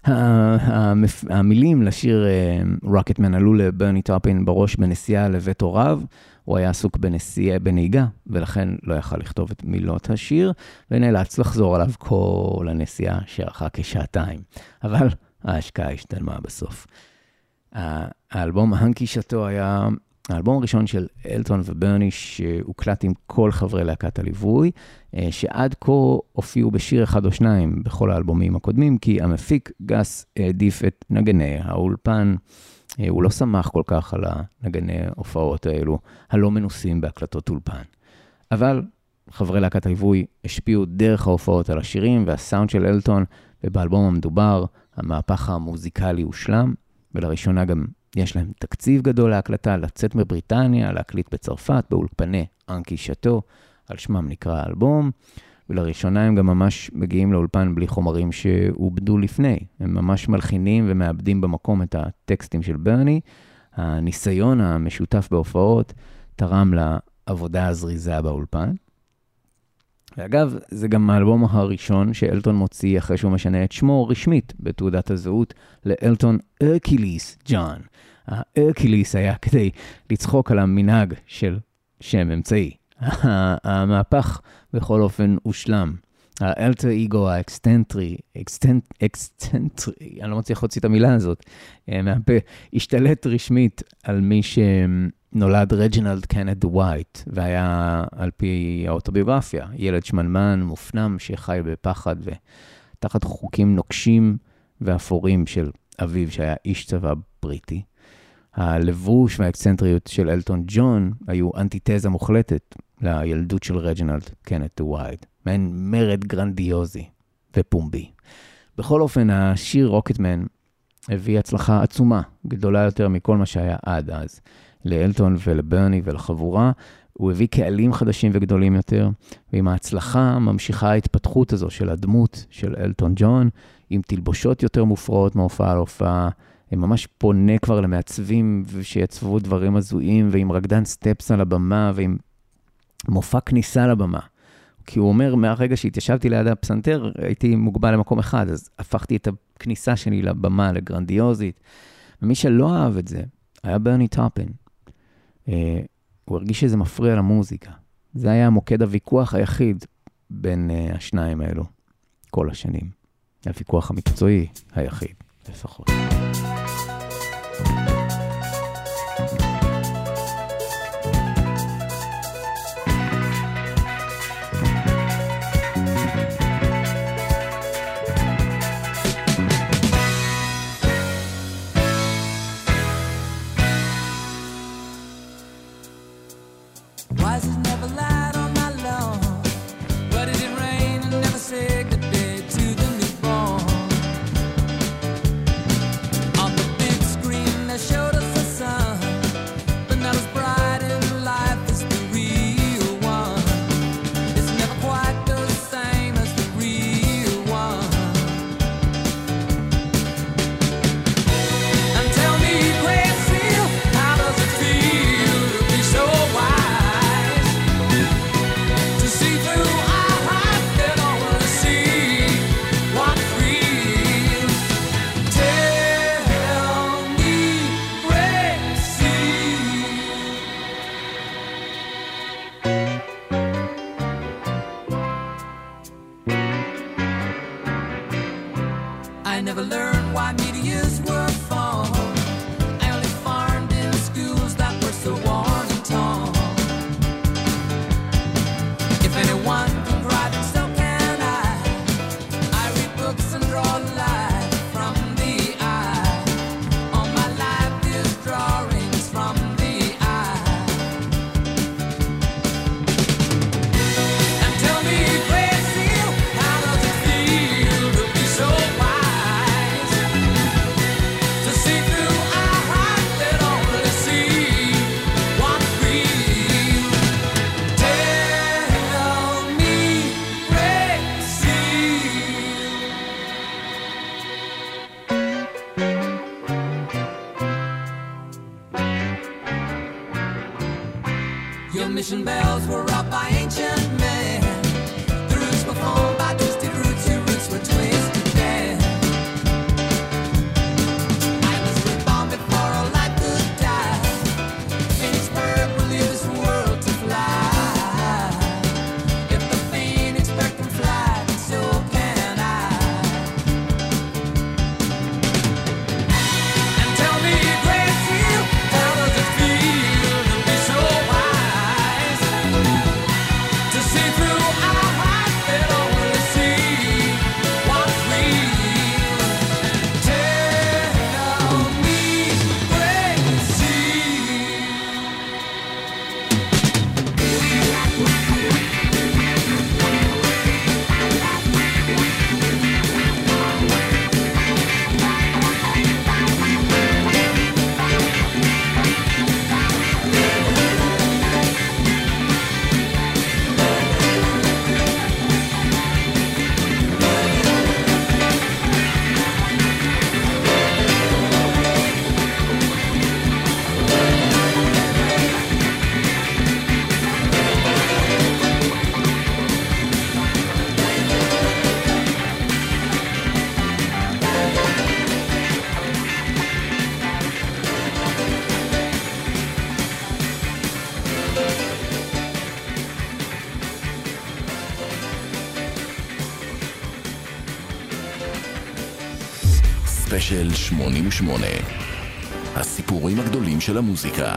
המילים לשיר רוקטמן עלו לברני טופין בראש בנסיעה לבית הוריו, הוא היה עסוק בנסיעה, בנהיגה, ולכן לא יכל לכתוב את מילות השיר, ונאלץ לחזור עליו כל הנסיעה שארכה כשעתיים. אבל ההשקעה השתלמה בסוף. האלבום הנקי שטו היה האלבום הראשון של אלטון וברני שהוקלט עם כל חברי להקת הליווי, שעד כה הופיעו בשיר אחד או שניים בכל האלבומים הקודמים, כי המפיק גס העדיף את נגני האולפן, הוא לא שמח כל כך על הנגני הופעות האלו, הלא מנוסים בהקלטות אולפן. אבל חברי להקת הליווי השפיעו דרך ההופעות על השירים והסאונד של אלטון, ובאלבום המדובר המהפך המוזיקלי הושלם, ולראשונה גם יש להם תקציב גדול להקלטה, לצאת מבריטניה, להקליט בצרפת, באולפני אנקי שטו, על שמם נקרא האלבום, ולראשונה הם גם ממש מגיעים לאולפן בלי חומרים שעובדו לפני. הם ממש מלחינים ומאבדים במקום את הטקסטים של ברני. הניסיון המשותף בהופעות תרם לעבודה הזריזה באולפן. ואגב, זה גם האלבום הראשון שאלטון מוציא אחרי שהוא משנה את שמו רשמית בתעודת הזהות לאלטון הרקיליס ג'ון. ההרקיליס היה כדי לצחוק על המנהג של שם אמצעי. המהפך בכל אופן הושלם. האלטר אגו האקסטנטרי, אקסטנטרי, אני לא מצליח להוציא את המילה הזאת, מהפה, השתלט רשמית על מי שנולד רג'ינלד קנט דווייט, והיה על פי האוטוביוגרפיה, ילד שמנמן, מופנם, שחי בפחד ותחת חוקים נוקשים ואפורים של אביו שהיה איש צבא בריטי. הלבוש והאקסצנטריות של אלטון ג'ון היו אנטיתזה מוחלטת לילדות של רג'ינלד קנט דווייט. מעין מרד גרנדיוזי ופומבי. בכל אופן, השיר רוקטמן הביא הצלחה עצומה, גדולה יותר מכל מה שהיה עד אז. לאלטון ולברני ולחבורה, הוא הביא קהלים חדשים וגדולים יותר, ועם ההצלחה ממשיכה ההתפתחות הזו של הדמות של אלטון ג'ון, עם תלבושות יותר מופרעות מהופעה להופעה, הם ממש פונה כבר למעצבים שיצבו דברים הזויים, ועם רקדן סטפס על הבמה, ועם מופע כניסה לבמה. כי הוא אומר, מהרגע שהתיישבתי ליד הפסנתר, הייתי מוגבל למקום אחד, אז הפכתי את הכניסה שלי לבמה לגרנדיוזית. ומי שלא אהב את זה, היה ברני טופין. אה, הוא הרגיש שזה מפריע למוזיקה. זה היה מוקד הוויכוח היחיד בין אה, השניים האלו, כל השנים. הוויכוח המקצועי היחיד, לפחות. Bells were up by ancient men. The roots were formed by twisted roots who ספיישל שמונים ושמונה. הסיפורים הגדולים של המוזיקה.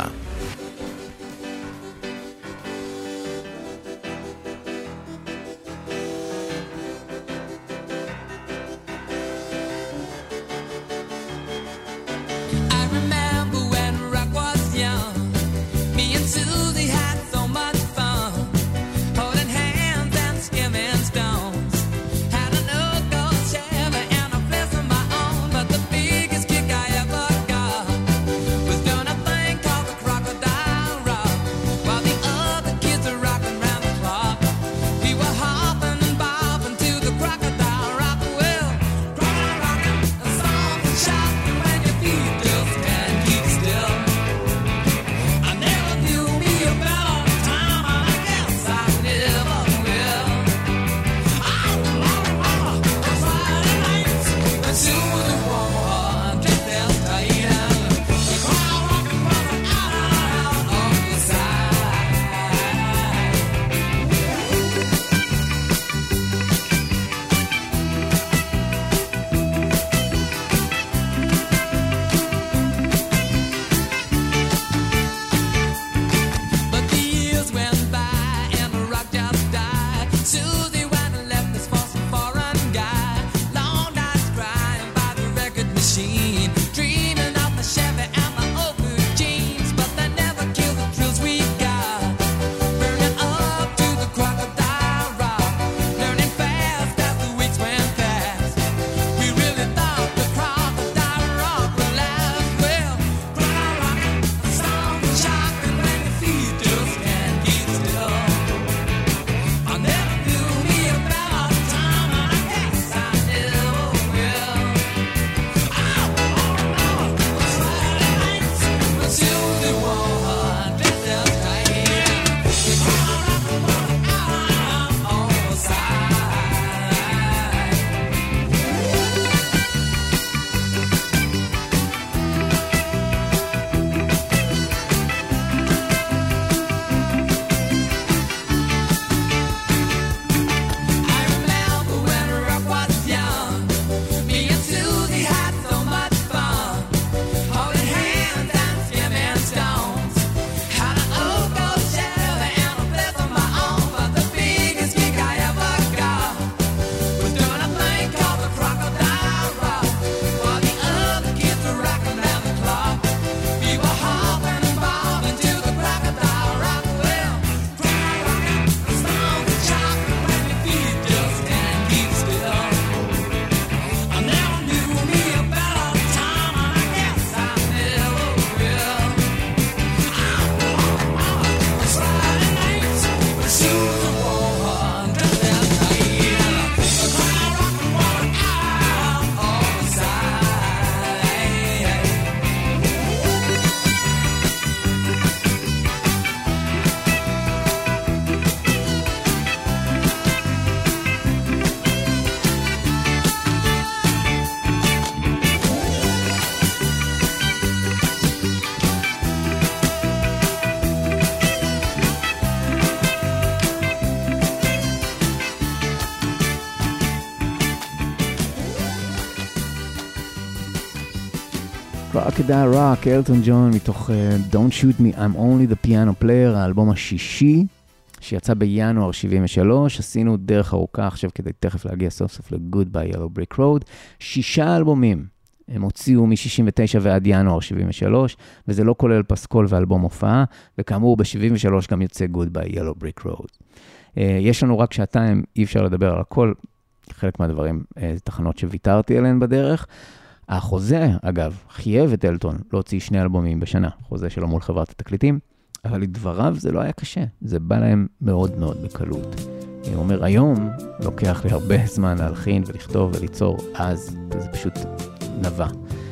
רוקדה רוק, אלטון ג'ון, מתוך uh, Don't Shoot Me, I'm Only the Piano Player, האלבום השישי, שיצא בינואר שבעים ושלוש. עשינו דרך ארוכה עכשיו כדי תכף להגיע סוף סוף ל-Goodbye Yellow Brick Road. שישה אלבומים הם הוציאו מ-שישים ותשע ועד ינואר שבעים ושלוש, וזה לא כולל פסקול ואלבום הופעה, וכאמור ב-שבעים ושלוש גם יוצא Goodbye Yellow Brick Road. Uh, יש לנו רק שעתיים, אי אפשר לדבר על הכל, חלק מהדברים, uh, תחנות שוויתרתי עליהן בדרך. החוזה, אגב, חייב את אלטון להוציא שני אלבומים בשנה, חוזה שלו מול חברת התקליטים, אבל לדבריו זה לא היה קשה, זה בא להם מאוד מאוד בקלות. הוא אומר, היום לוקח לי הרבה זמן להלחין ולכתוב וליצור, אז זה פשוט נבע.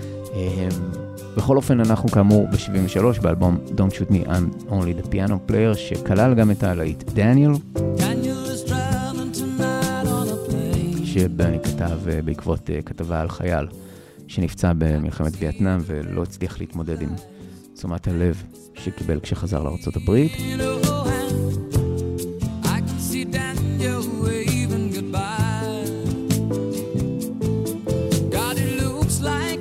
בכל אופן, אנחנו כאמור ב-שבעים ושלוש באלבום Don't Shoot Me, I'm Only the Piano Player, שכלל גם את הלהיט דניאל, שבני כתב בעקבות כתבה על חייל שנפצע במלחמת וייטנאם ולא הצליח להתמודד עם תשומת הלב שקיבל כשחזר לארצות הברית. God, it looks like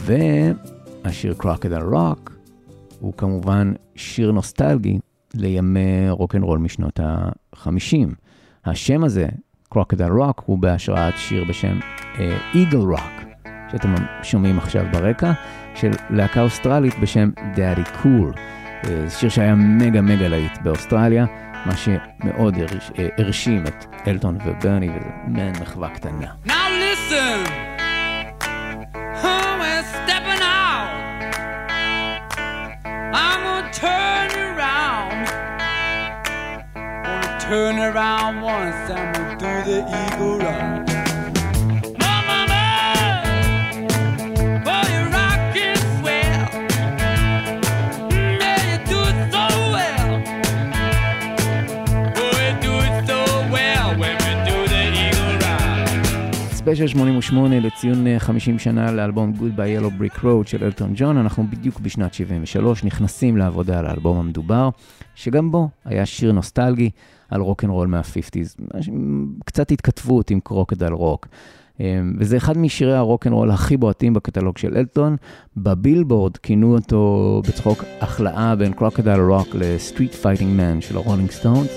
והשיר Crocodile Rock הוא כמובן שיר נוסטלגי לימי רוק'נ'רול משנות ה-חמישים. השם הזה, Crocodile Rock, הוא בהשראת שיר בשם uh, Eagle Rock, שאתם שומעים עכשיו ברקע, של להקה אוסטרלית בשם Daddy Cool. Uh, זה שיר שהיה מגה מגה להיט באוסטרליה, מה שמאוד הרש, uh, הרשים את אלטון וברני, וזה מן מחווה קטנה. Now listen, who is stepping out? I'm gonna turn around. Gonna turn around once and we'll do the eagle run. Mama, boy, you're rocking swell. Yeah, you do it so well. Boy, you do it so well when we do the eagle run. ספיישל שמונים ושמונה לציון חמישים שנה לאלבום Goodbye Yellow Brick Road של אלטון ג'ון. אנחנו בדיוק בשנת שבעים ושלוש נכנסים לעבודה על האלבום המדובר, שגם בו היה שיר נוסטלגי על רוק'נ'רול מה-חמישים. קצת התכתבות עם קרוקודייל רוק. וזה אחד משירי הרוק'נ'רול הכי בועטים בקטלוג של אלטון. בבילבורד כינו אותו בצחוק החלאה בין קרוקודייל רוק לסטריט פייטינג מן של הרולינג סטונס.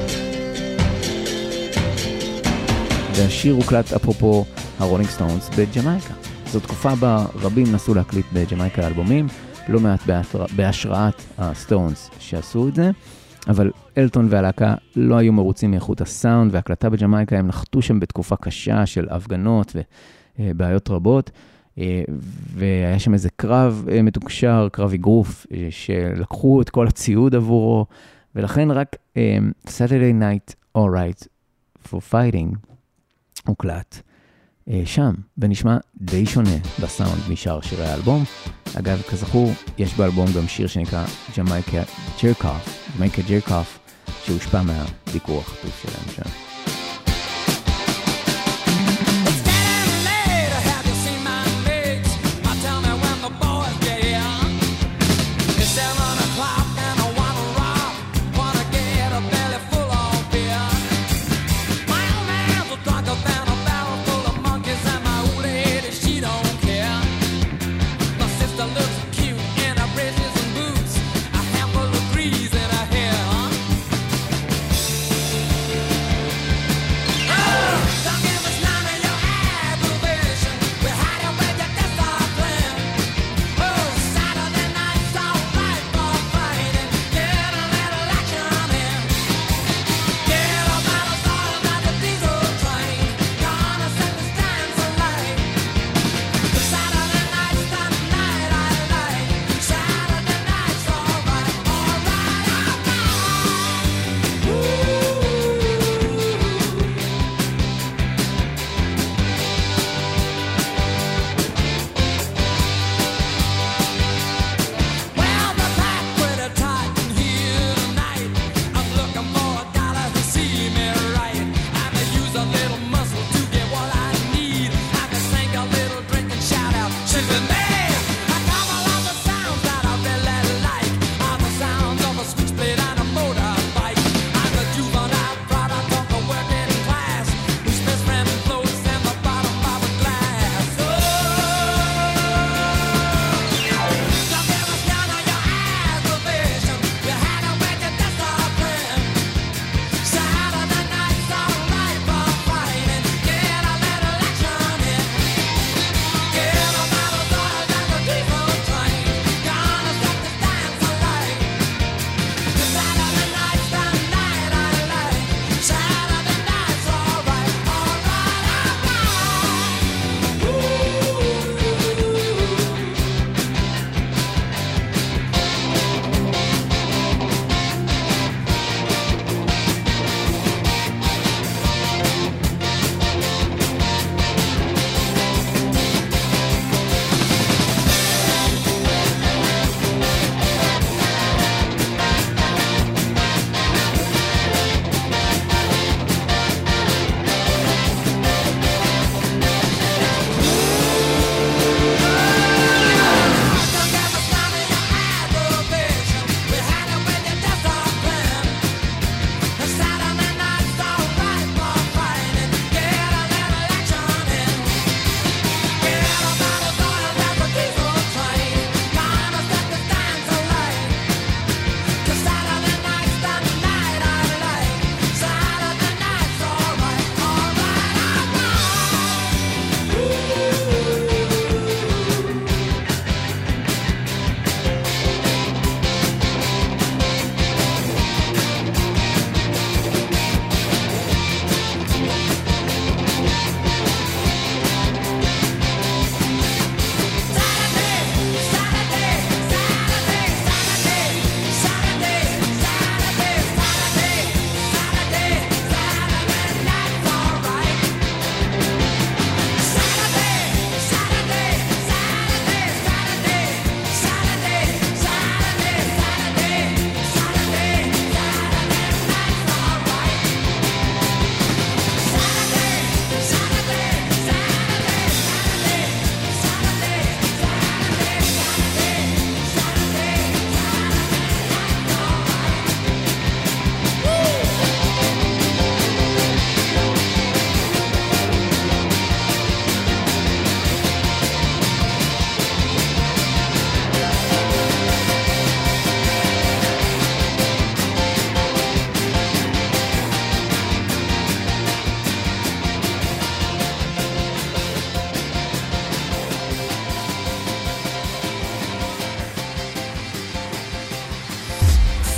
והשיר הוקלט אפרופו הרולינג סטונס בג'מייקה. זו תקופה בה רבים נסו להקליט בג'מייקה אלבומים, לא מעט בהשראת הסטונס שעשו את זה, אבל אלטון והלהקה לא היו מרוצים מאיכות הסאונד והקלטה בג'מייקה. הם נחתו שם בתקופה קשה של הפגנות ובעיות רבות, והיה שם איזה קרב מתוקשר, קרב אגרוף, שלקחו את כל הציוד עבורו, ולכן רק Saturday Night Alright for Fighting הוקלט שם, ונשמע די שונה בסאונד משאר שירי האלבום. אגב, כזכור, יש באלבום גם שיר שנקרא ג'מייקה ג'רקוף, ג'מייקה ג'רקוף, שהושפע מהביקור החטוף שלהם שם.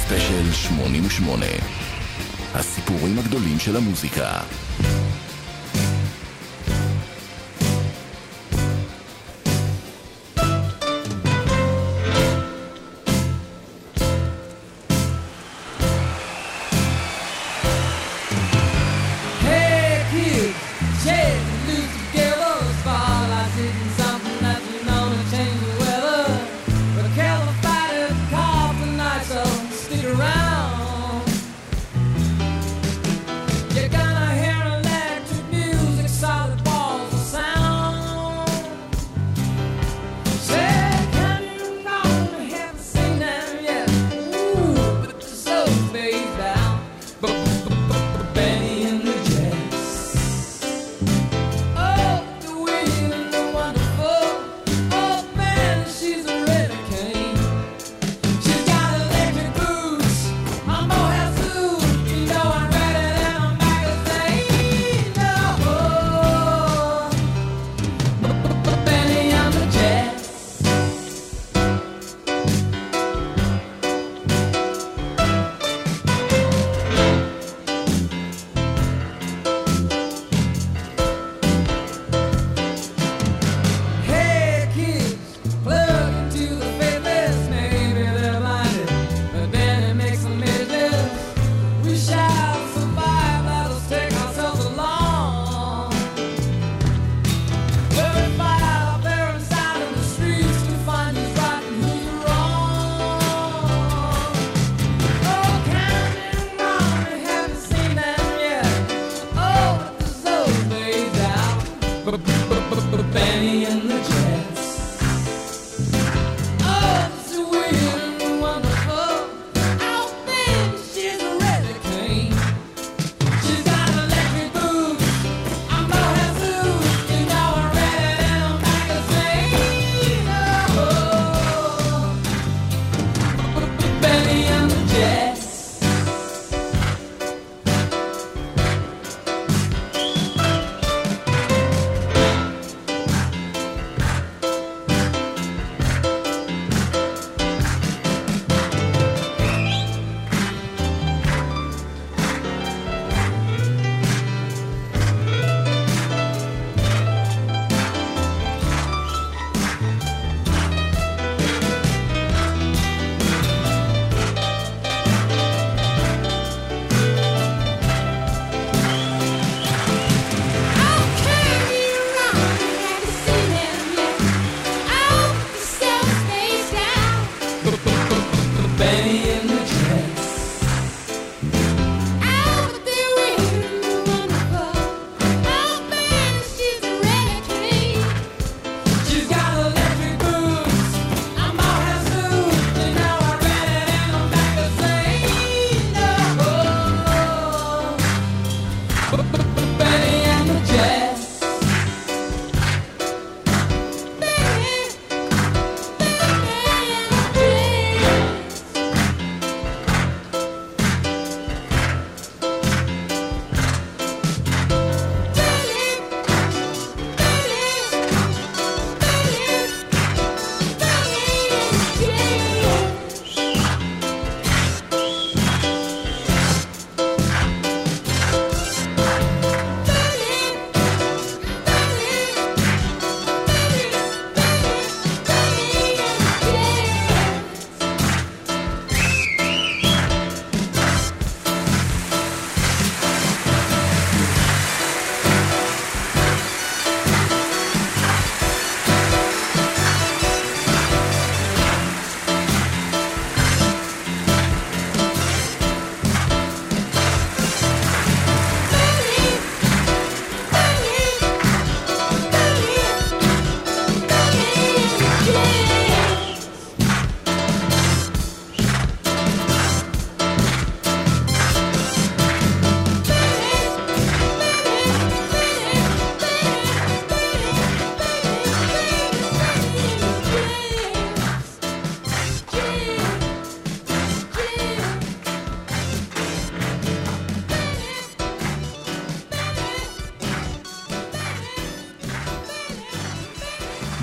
ספיישל שמונים ושמונה. הסיפורים הגדולים של המוזיקה. You're gonna hear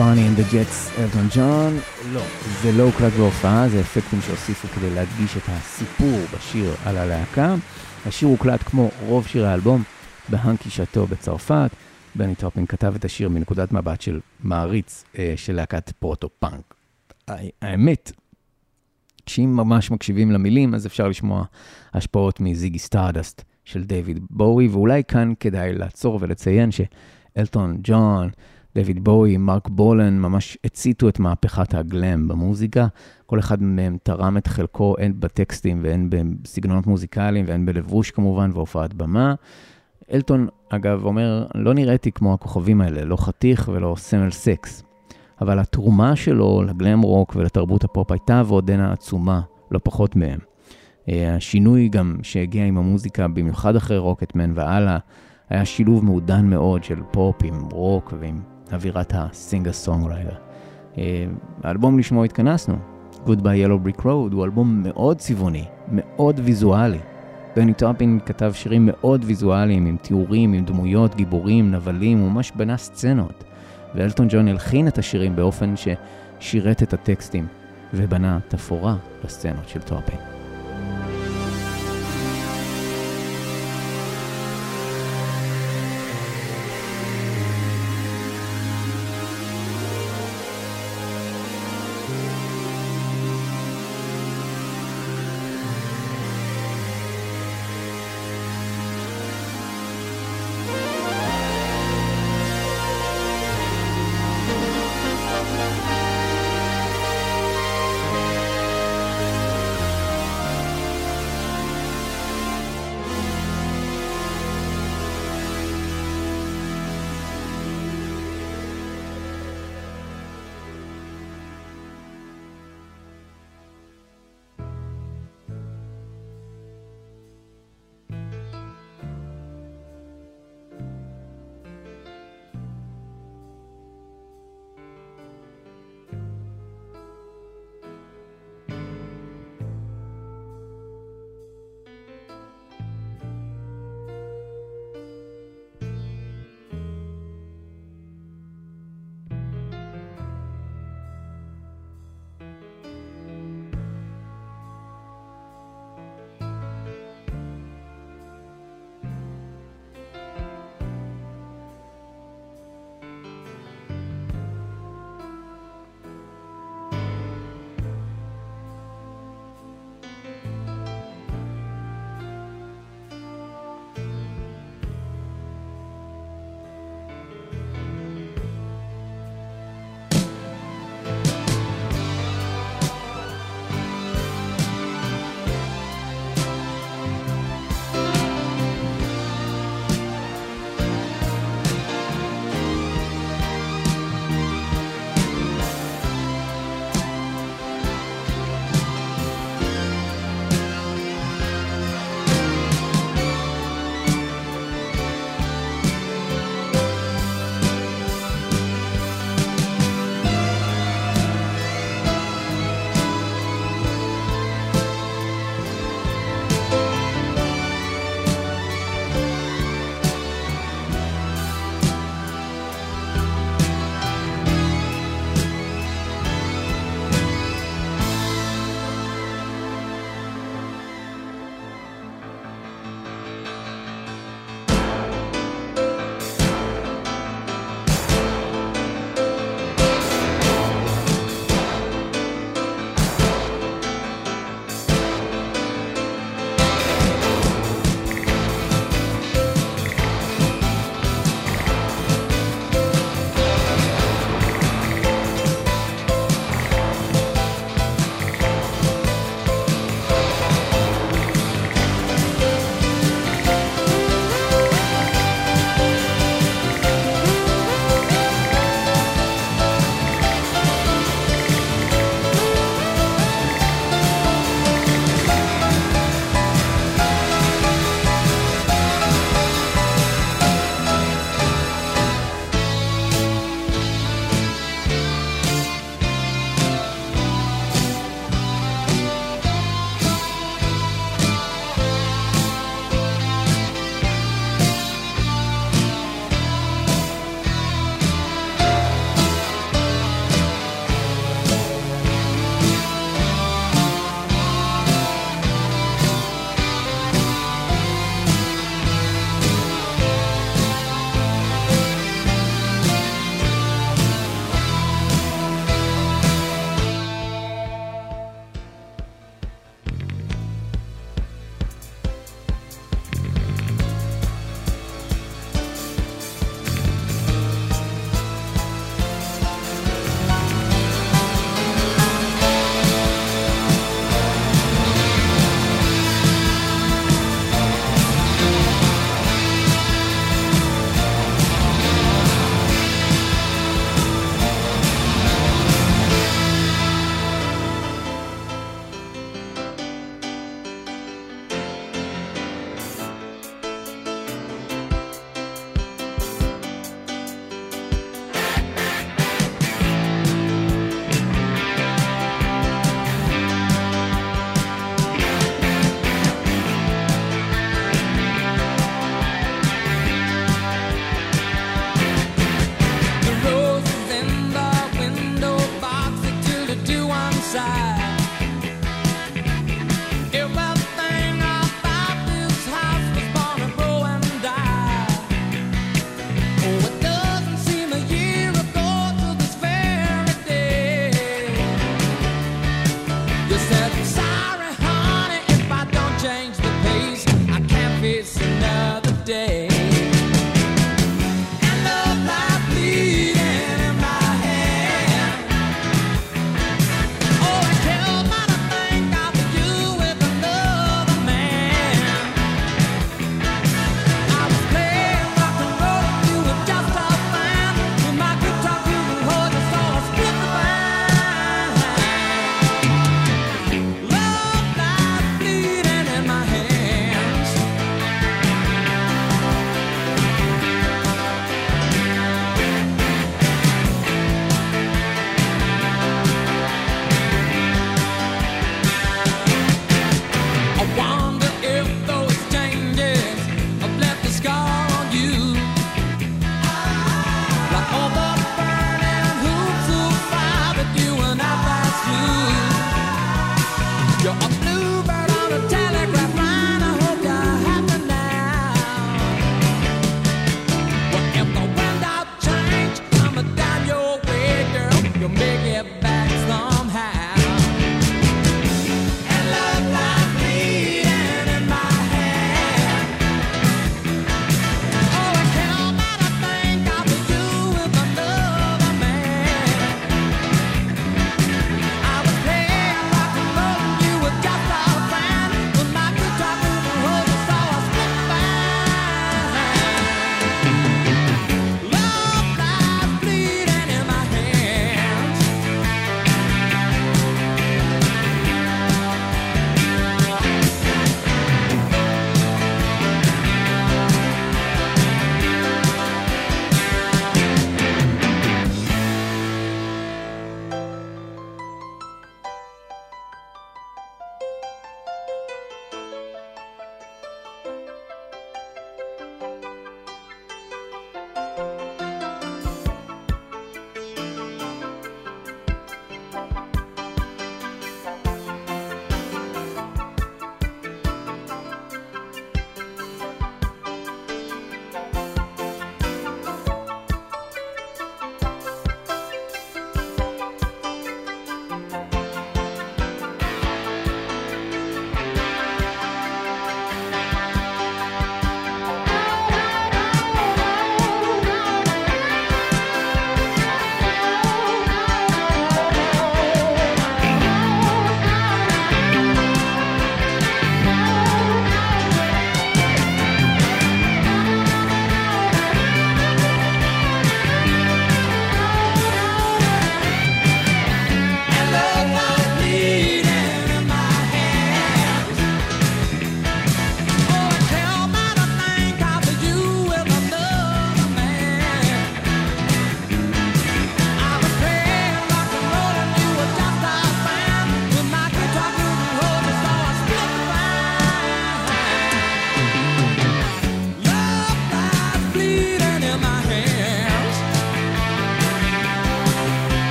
ברני and the Jets, אלטון ג'ון. לא, זה לא הוקלט בהופעה, זה אפקטים שהוסיפו כדי להדגיש את הסיפור בשיר על הלהקה. השיר הוקלט כמו רוב שירי האלבום בהנקי שאטו בצרפת. בני טופין כתב את השיר מנקודת מבט של מעריץ אה, של להקת פרוטו-פאנק. האמת, שאם ממש מקשיבים למילים, אז אפשר לשמוע השפעות מזיגי סטארדסט של דיוויד בואי, ואולי כאן כדאי לעצור ולציין שאלטון ג'ון, דיוויד בואי, מרק בולן, ממש הציתו את מהפכת הגלם במוזיקה. כל אחד מהם תרם את חלקו, הן בטקסטים והן בסגנונות מוזיקליים, והן בלבוש כמובן, והופעת במה. אלטון, אגב, אומר, לא נראיתי כמו הכוכבים האלה, לא חתיך ולא סמל סקס. אבל התרומה שלו לגלם רוק ולתרבות הפופ הייתה ועודנה עצומה, לא פחות מהם. השינוי גם שהגיע עם המוזיקה, במיוחד אחרי רוקטמן והלאה, היה שילוב מעודן מאוד של פופ עם רוק ועם אווירת הסינגר סונגרייטר. האלבום לשמו התכנסנו, Goodbye Yellow Brick Road, הוא אלבום מאוד צבעוני, מאוד ויזואלי. בני טופין כתב שירים מאוד ויזואליים, עם תיאורים, עם דמויות, גיבורים, נבלים, הוא ממש בנה סצנות. ואלטון ג'ון הלחין את השירים באופן ששירת את הטקסטים, ובנה תפאורה לסצנות של טופין.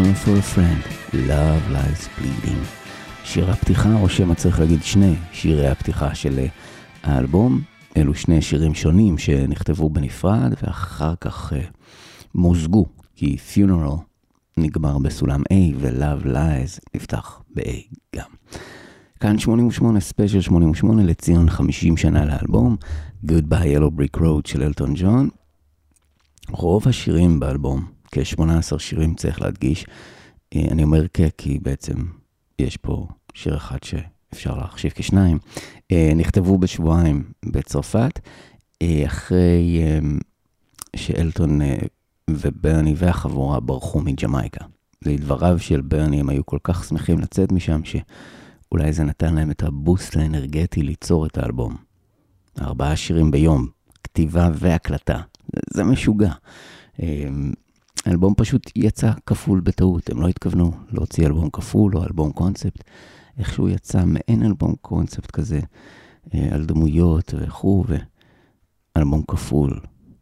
for a friend, love lies bleeding. שיר הפתיחה, או שמה צריך להגיד שני שירי הפתיחה של האלבום. אלו שני שירים שונים שנכתבו בנפרד ואחר כך uh, מוזגו, כי Funeral נגמר בסולם A ו-Love Lies נפתח ב-A גם. כאן שמונים ושמונה, ספיישל שמונים ושמונה לציון חמישים שנה לאלבום, Goodbye Yellow Brick Road של אלטון ג'ון. רוב השירים באלבום, כ-שמונה עשרה שירים צריך להדגיש, אני אומר כ, כי בעצם יש פה שיר אחד שאפשר להחשיב כשניים, נכתבו בשבועיים בצרפת, אחרי שאלטון וברני והחבורה ברחו מג'מייקה. לדבריו של ברני, הם היו כל כך שמחים לצאת משם, שאולי זה נתן להם את הבוסט האנרגטי ליצור את האלבום. ארבעה שירים ביום, כתיבה והקלטה. זה משוגע. האלבום פשוט יצא כפול בטעות, הם לא התכוונו להוציא אלבום כפול או אלבום קונספט, איכשהו יצא מעין אלבום קונספט כזה, על דמויות וכו', ואלבום כפול.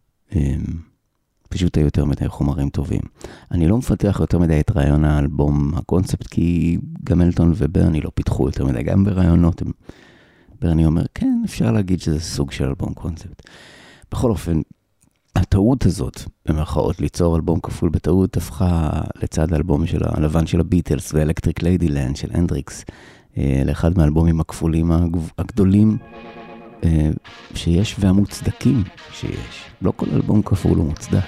פשוט היו יותר מדי חומרים טובים. אני לא מפתח יותר מדי את רעיון האלבום הקונספט, כי גם אלטון וברני לא פיתחו יותר מדי, גם ברעיונות. ברני אומר, כן, אפשר להגיד שזה סוג של אלבום קונספט. בכל אופן, הטעות הזאת, במרכאות, ליצור אלבום כפול בטעות, הפכה לצד האלבום של הלבן של הביטלס ואלקטריק ליידילנד של הנדריקס, לאחד מהאלבומים הכפולים הגדולים שיש והמוצדקים שיש. לא כל אלבום כפול הוא מוצדק.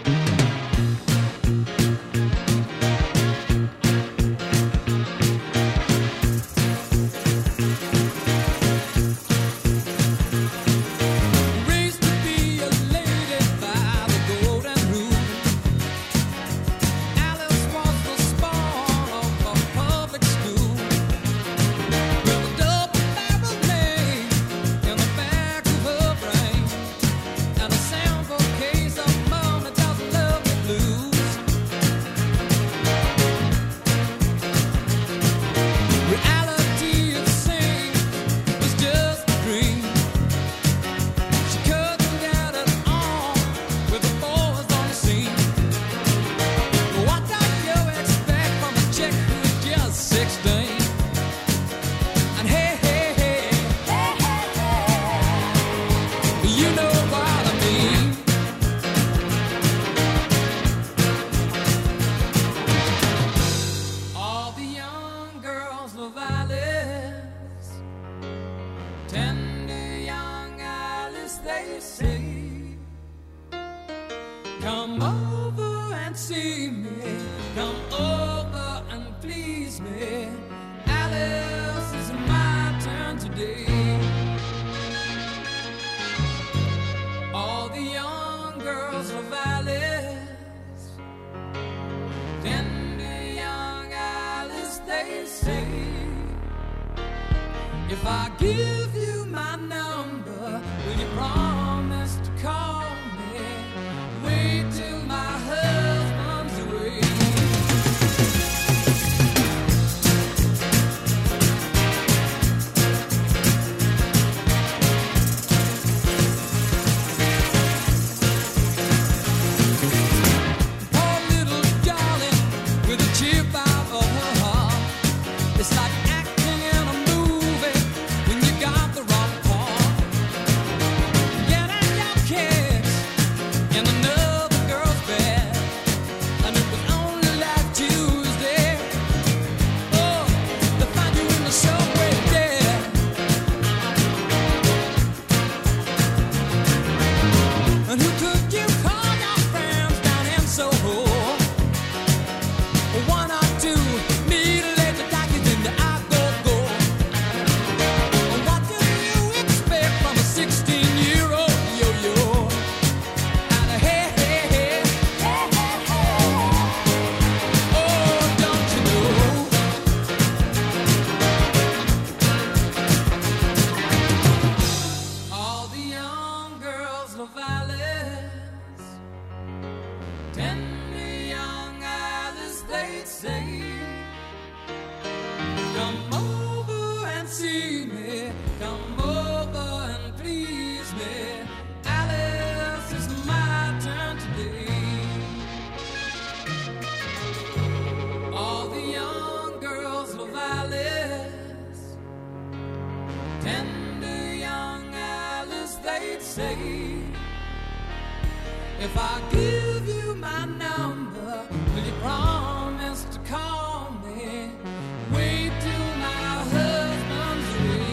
If I give you my number, will you promise to call me? Wait till my husband's away. Poor little darling with a chip out of her heart. It's like acting in a movie when you got the wrong part. Get in your kid If I give you my number, will you promise to call me? Wait till my husband's away.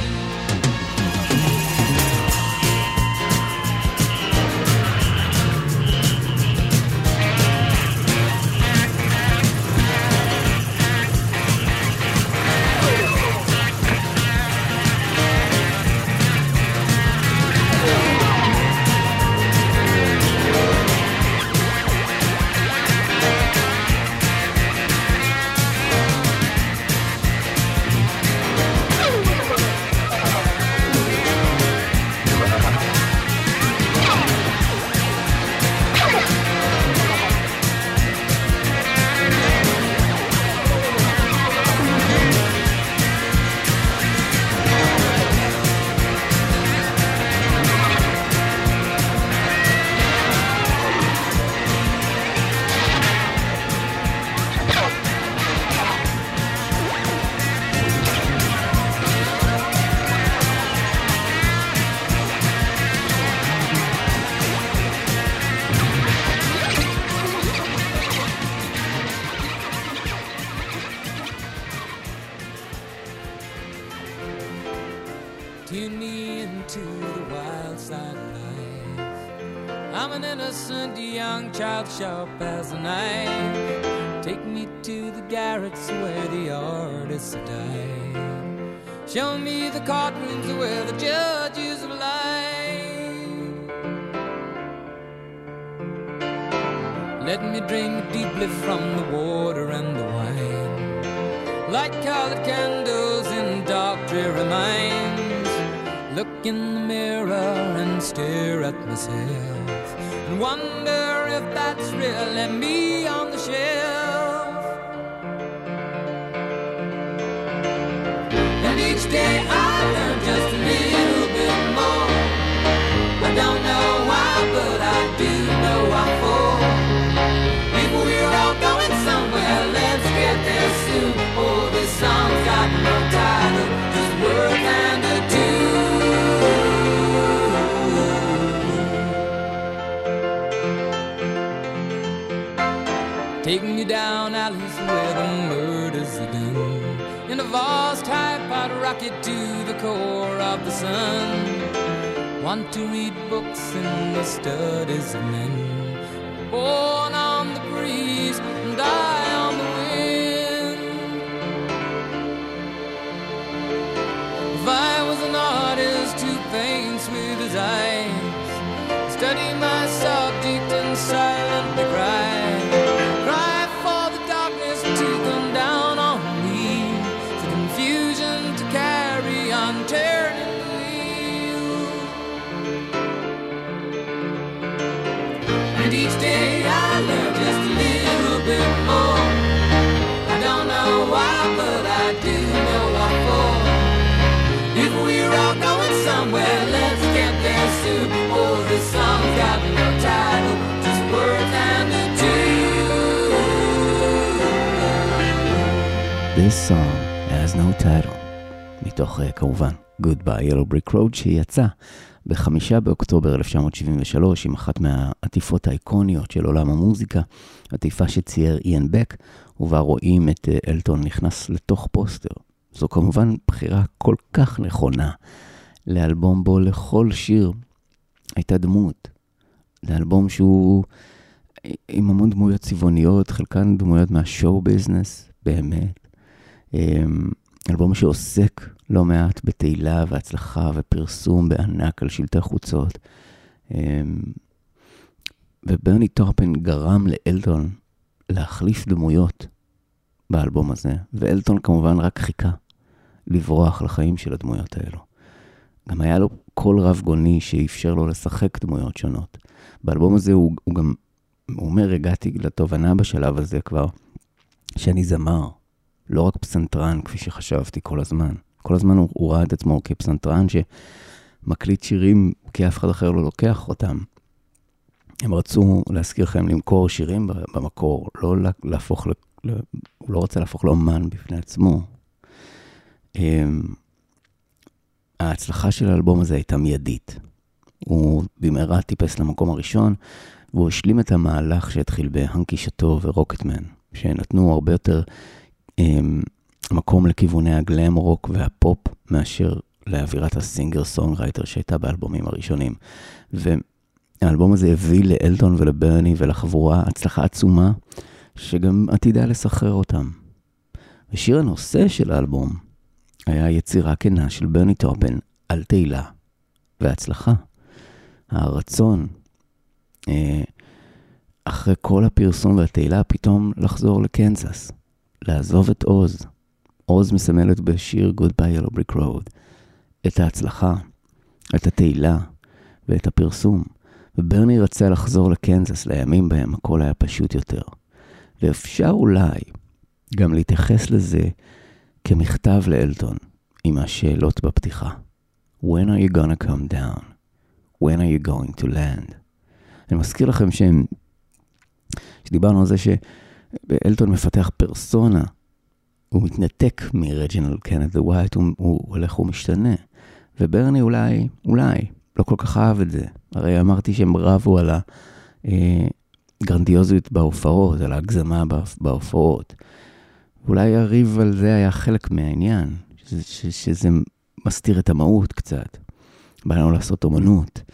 Tune me into the wild side of life. I'm an innocent young child, sharp as a knife. Take me to the garrets where the artists die. Show me the courtrooms where the judges lie. Let me drink deeply from the water and the wine. Light colored candles in dark dreary minds. Look in the mirror and stare at myself and wonder if that's really me on the shelf. And each day I learn just a little bit more. I don't know why, but I do know why for. If we're all going somewhere, let's get there soon. Oh, this song's got no title, just words and a tune. Taking you down alleys where the murders are done, in a vast high-powered rocket to the core of the sun. Want to read books in the studies of men, born on the breeze and die on the wind. If I was an artist who paints with his eyes, study my subject and silently cry. Turning the wheel. And each day I learn just a little bit more. I don't know why, but I do know what for. If we're all going somewhere, let's get there soon. Oh, this song's got no title, just words and a tune. This song has no title. מתוך כמובן Goodbye Yellow Brick Road, שיצא בחמישה באוקטובר אלף תשע מאות שבעים ושלוש עם אחת מהעטיפות האיקוניות של עולם המוזיקה, עטיפה שצייר איאן בק, ובה רואים את אלטון נכנס לתוך פוסטר. זו כמובן בחירה כל כך נכונה לאלבום בו לכל שיר הייתה דמות. לאלבום שהוא עם המון דמויות צבעוניות, חלקן דמויות מהשואו ביזנס, באמת. אלבום שעוסק לא מעט בתהילה והצלחה ופרסום בענק על שלטי חוצות. וברני טורפן גרם לאלטון להחליף דמויות באלבום הזה, ואלטון כמובן רק חיכה לברוח לחיים של הדמויות האלו. גם היה לו קול רב גוני שאפשר לו לשחק דמויות שונות. באלבום הזה הוא, הוא גם, הוא אומר, הגעתי לתובנה בשלב הזה כבר, שאני זמר, לא רק פסנתרן כפי שחשבתי כל הזמן. כל הזמן הוא, הוא ראה את עצמו כפסנתרן שמקליט שירים כי אף אחד אחר לא לוקח אותם. הם רצו להזכיר לכם למכור שירים במקור, לא להפוך, הוא לא רוצה להפוך לאומן בפני עצמו. ההצלחה של האלבום הזה הייתה מיידית. הוא במהרה טיפס למקום הראשון, והוא השלים את המהלך שהתחיל בהנקי שטו ורוקטמן, שנתנו הרבה יותר אמ, מקום לכיווני הגלם רוק והפופ, מאשר לאווירת הסינגר סונגרייטר שהייתה באלבומים הראשונים. והאלבום הזה הביא לאלטון ולברני ולחבורה הצלחה עצומה, שגם עתידה לסחרר אותם. ושיר הנושא של האלבום היה יצירה כנה של ברני טאופן על תהילה והצלחה. הרצון, אחרי כל הפרסום והתהילה, פתאום לחזור לקנזס, לעזוב את עוז. עוז מסמלת בשיר Goodbye Yellow Brick Road את ההצלחה, את התהילה ואת הפרסום. וברני רצה לחזור לקנזס לימים בהם הכל היה פשוט יותר. ואפשר אולי גם להתייחס לזה כמכתב לאלטון עם השאלות בפתיחה. When are you gonna come down? When are you going to land? אני מזכיר לכם שהם, שדיברנו על זה שאלטון מפתח פרסונה, הוא מתנתק מרג'ינל קנט דה ווייט, הוא, הוא הולך ומשתנה. וברני אולי, אולי, לא כל כך אהב את זה. הרי אמרתי שהם רבו על הגרנדיוזיות בהופעות, על ההגזמה בהופעות. אולי הריב על זה היה חלק מהעניין, שזה, שזה מסתיר את המהות קצת. בא לנו לעשות אומנות.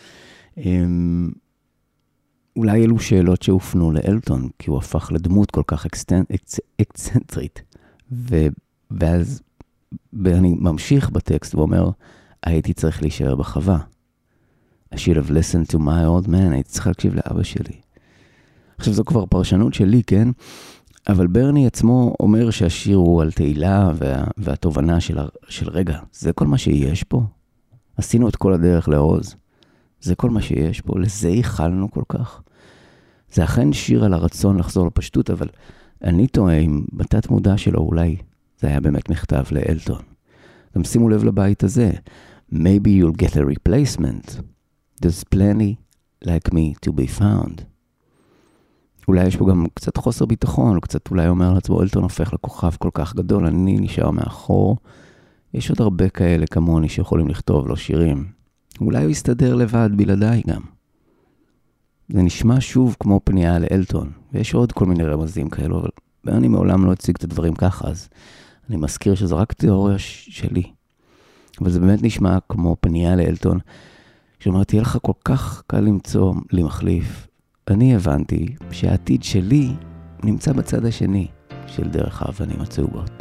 אולי אלו שאלות שהופנו לאלטון, כי הוא הפך לדמות כל כך אקצנטרית. ואז אני ממשיך בטקסט ואומר, הייתי צריך להישאר בחווה. I should have listened to my old man, הייתי צריך להקשיב לאבא שלי. עכשיו זו כבר פרשנות שלי, כן? אבל ברני עצמו אומר שהשיר הוא על תהילה וה, והתובנה של, של רגע, זה כל מה שיש פה? עשינו את כל הדרך לעוז. זה כל מה שיש פה, לזה ייחלנו כל כך. זה אכן שיר על הרצון לחזור לפשטות, אבל אני טועה אם בתת מודע שלו אולי זה היה באמת מכתב לאלטון. גם שימו לב לבית הזה. Maybe you'll get a replacement. There's plenty like me to be found. אולי יש פה גם קצת חוסר ביטחון, או קצת אולי אומר לעצמו, אלטון הופך לכוכב כל כך גדול, אני נשאר מאחור. יש עוד הרבה כאלה כמוני שיכולים לכתוב לו שירים. אולי הוא יסתדר לבד בלעדיי גם. זה נשמע שוב כמו פנייה לאלטון, ויש עוד כל מיני רמזים כאלו, אבל אני מעולם לא אציג את הדברים ככה, אז אני מזכיר שזו רק תיאוריה שלי. אבל זה באמת נשמע כמו פנייה לאלטון, שאומרת, תהיה לך כל כך קל למצוא לי מחליף. אני הבנתי שהעתיד שלי נמצא בצד השני של דרך האבנים הצהובות.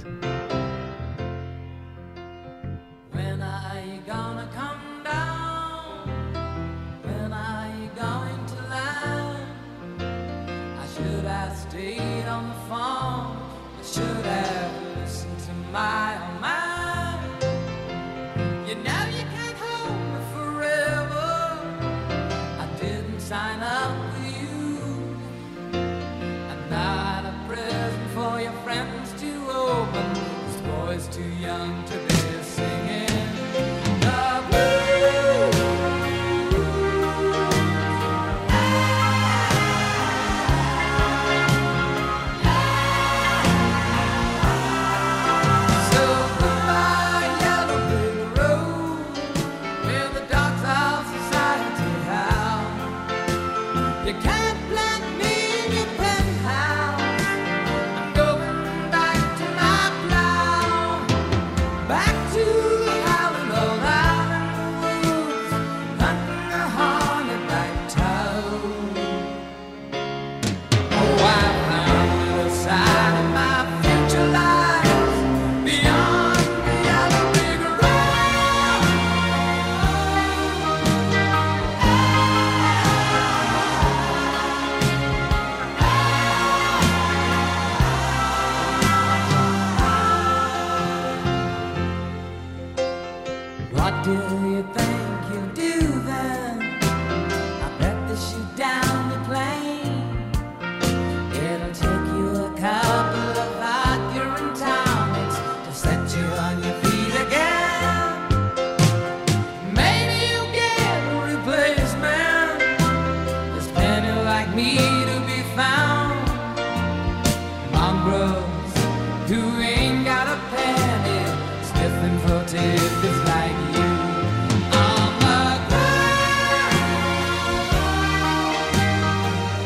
Too young to be singing the blues. So goodbye, yellow brick road, where the dogs of society howl. You can't plant me in your penthouse. I'm going back to my plow. Back to the howling old island woods, hunting a hornet-like toad. Oh, I found the other side of my future lies, beyond the yellow brick road. What do you think you'll do then? I bet they shoot down the plane. It'll take you a couple of hot-urine tonics to set you on your feet again. Maybe you'll get a replacement. There's plenty like me to be found. Mongrels who ain't got a penny, sniffing for tips like you. On the ground,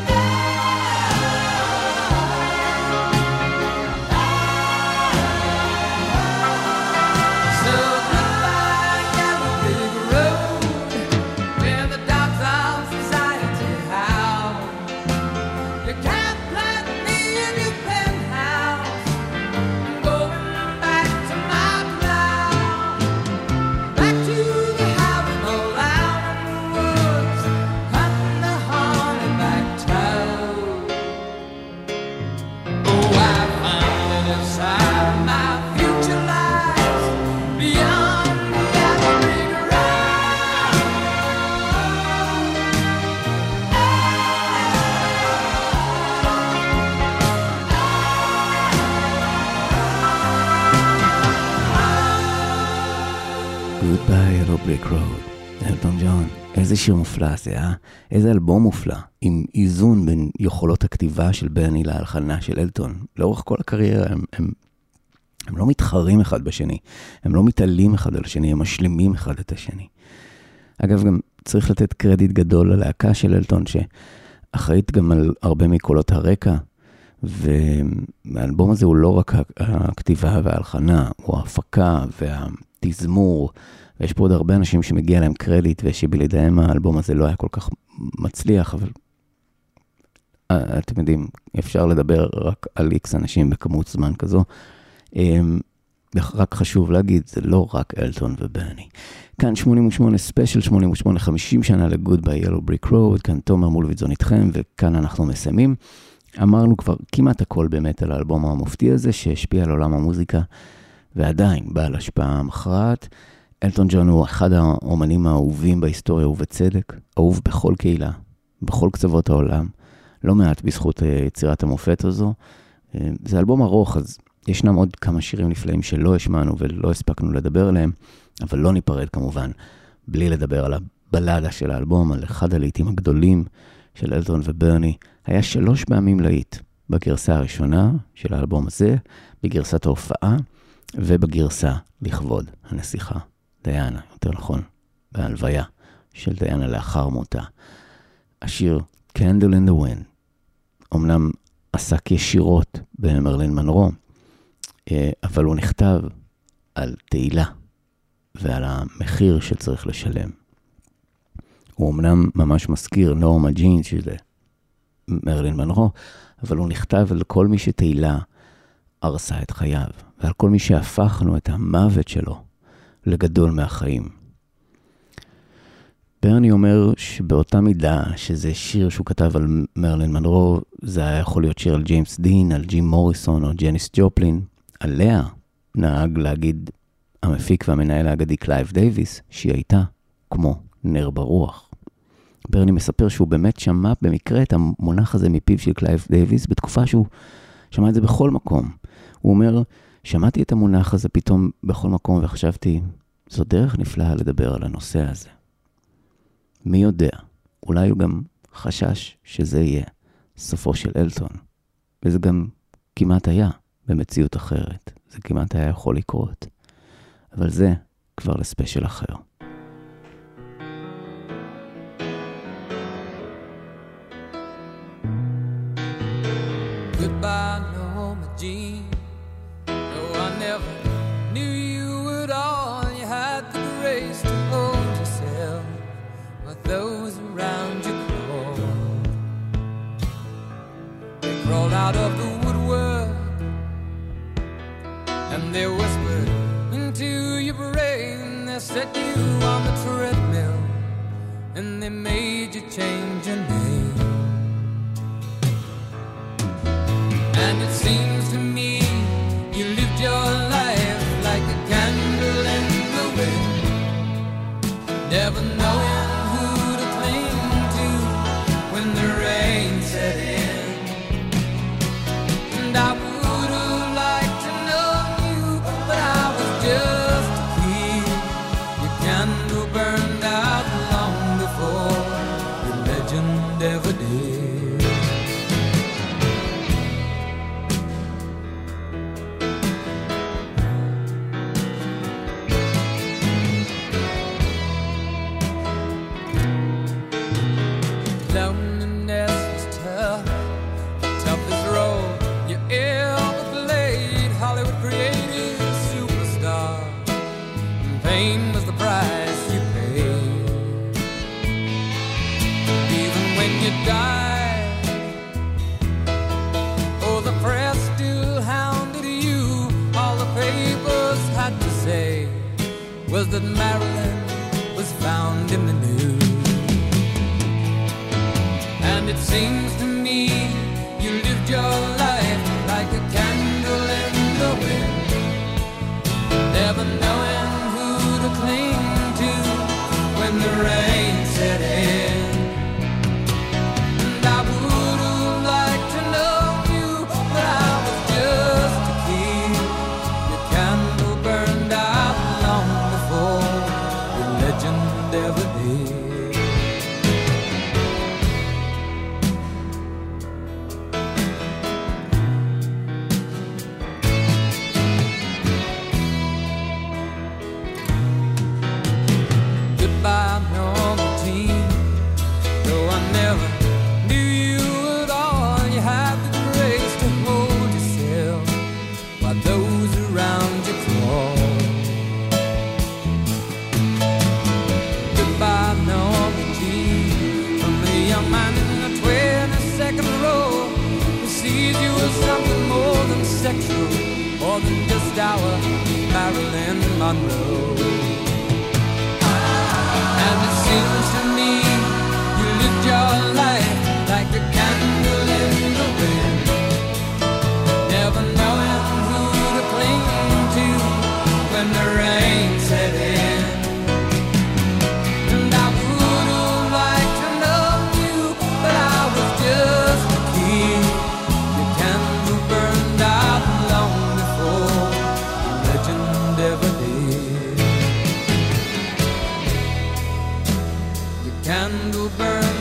Goodbye Yellow Brick Road, אלטון ג'ון. איזה שיר מופלא זה, אה? איזה אלבום מופלא, עם איזון בין יכולות הכתיבה של ברני להלחנה של אלטון. לאורך כל הקריירה הם, הם, הם לא מתחרים אחד בשני, הם לא מתעלים אחד על השני, הם משלימים אחד את השני. אגב, גם צריך לתת קרדיט גדול ללהקה של אלטון, שאחראית גם על הרבה מקולות הרקע, והאלבום הזה הוא לא רק הכתיבה וההלחנה, הוא ההפקה והתזמור, ויש פה עוד הרבה אנשים שמגיע להם קרדיט, ושבלעדיהם האלבום הזה לא היה כל כך מצליח, אבל אתם יודעים, אפשר לדבר רק על איקס אנשים בכמות זמן כזו. רק חשוב להגיד, זה לא רק אלטון וברני. כאן שמונים ושמונה ספיישל, שמונים ושמונה חמישים שנה ל-Goodbye Yellow Brick Road, כאן תומר מולביטזון איתכם, וכאן אנחנו מסיימים. אמרנו כבר כמעט הכל באמת על האלבום המופתי הזה, שהשפיע על עולם המוזיקה, ועדיין בעל השפעה מכרעת. אלטון ג'ון הוא אחד האומנים האהובים בהיסטוריה, ובצדק, אהוב בכל קהילה, בכל קצוות העולם, לא מעט בזכות יצירת המופת הזו. זה אלבום ארוך, אז ישנם עוד כמה שירים נפלאים שלא השמענו ולא הספקנו לדבר עליהם, אבל לא ניפרד כמובן, בלי לדבר על הבלדה של האלבום, על אחד הלהיטים הגדולים של אלטון וברני. היה שלוש פעמים להיט, בגרסה הראשונה של האלבום הזה, בגרסת ההופעה, ובגרסה לכבוד הנסיכה. דיינה, יותר נכון, בהלוויה של דיינה לאחר מותה. השיר Candle in the Wind, אמנם עסק ישירות במרלין מנרו, אבל הוא נכתב על תהילה ועל המחיר שצריך לשלם. הוא אמנם ממש מזכיר נורמה ג'ין שזה מרלין מנרו, אבל הוא נכתב על כל מי שתהילה הרסה את חייו, ועל כל מי שהפכנו את המוות שלו לגדול מהחיים. ברני אומר שבאותה מידה שזה שיר שהוא כתב על מרלין מנרו, זה היה יכול להיות שיר על ג'יימס דין, על ג'ים מוריסון או ג'ניס ג'ופלין. עליה נהג להגיד המפיק והמנהל האגדי קלייב דייביס, שהיא הייתה כמו נר ברוח. ברני מספר שהוא באמת שמע במקרה את המונח הזה מפיו של קלייב דייביס, בתקופה שהוא שמע את זה בכל מקום. הוא אומר, שמעתי את המונח הזה פתאום בכל מקום וחשבתי, זו דרך נפלאה לדבר על הנושא הזה. מי יודע, אולי הוא גם חשש שזה יהיה סופו של אלטון. וזה גם כמעט היה במציאות אחרת. זה כמעט היה יכול לקרות. אבל זה כבר לספיישל אחר. Goodbye, Norma Jean. No, I never knew you at all. You had the grace to hold yourself while those around you crawled. They crawled out of the woodwork and they whispered into your brain. They set you on the treadmill and they made you change your name. And it seems to me you lived your life like a candle in the wind, never knowing who to cling to when the rain set in. And I would have liked to know you, but I was just a kid. Your candle burned out long before your legend ever did. Was that Marilyn was found in the news. And it seems to me you lived your life like a candle in the wind, never knowing who to cling to when the rain set in. And I would have liked to know you, but I was just a kid. Your candle burned out long before Dower, Marilyn Monroe. And it seems to me you lived your life like a candle in the wind, never knowing who to cling to when the rain set in. And I would have liked to know you, but I was just a kid. Your candle burned out long before the legend ever did. Your candle burned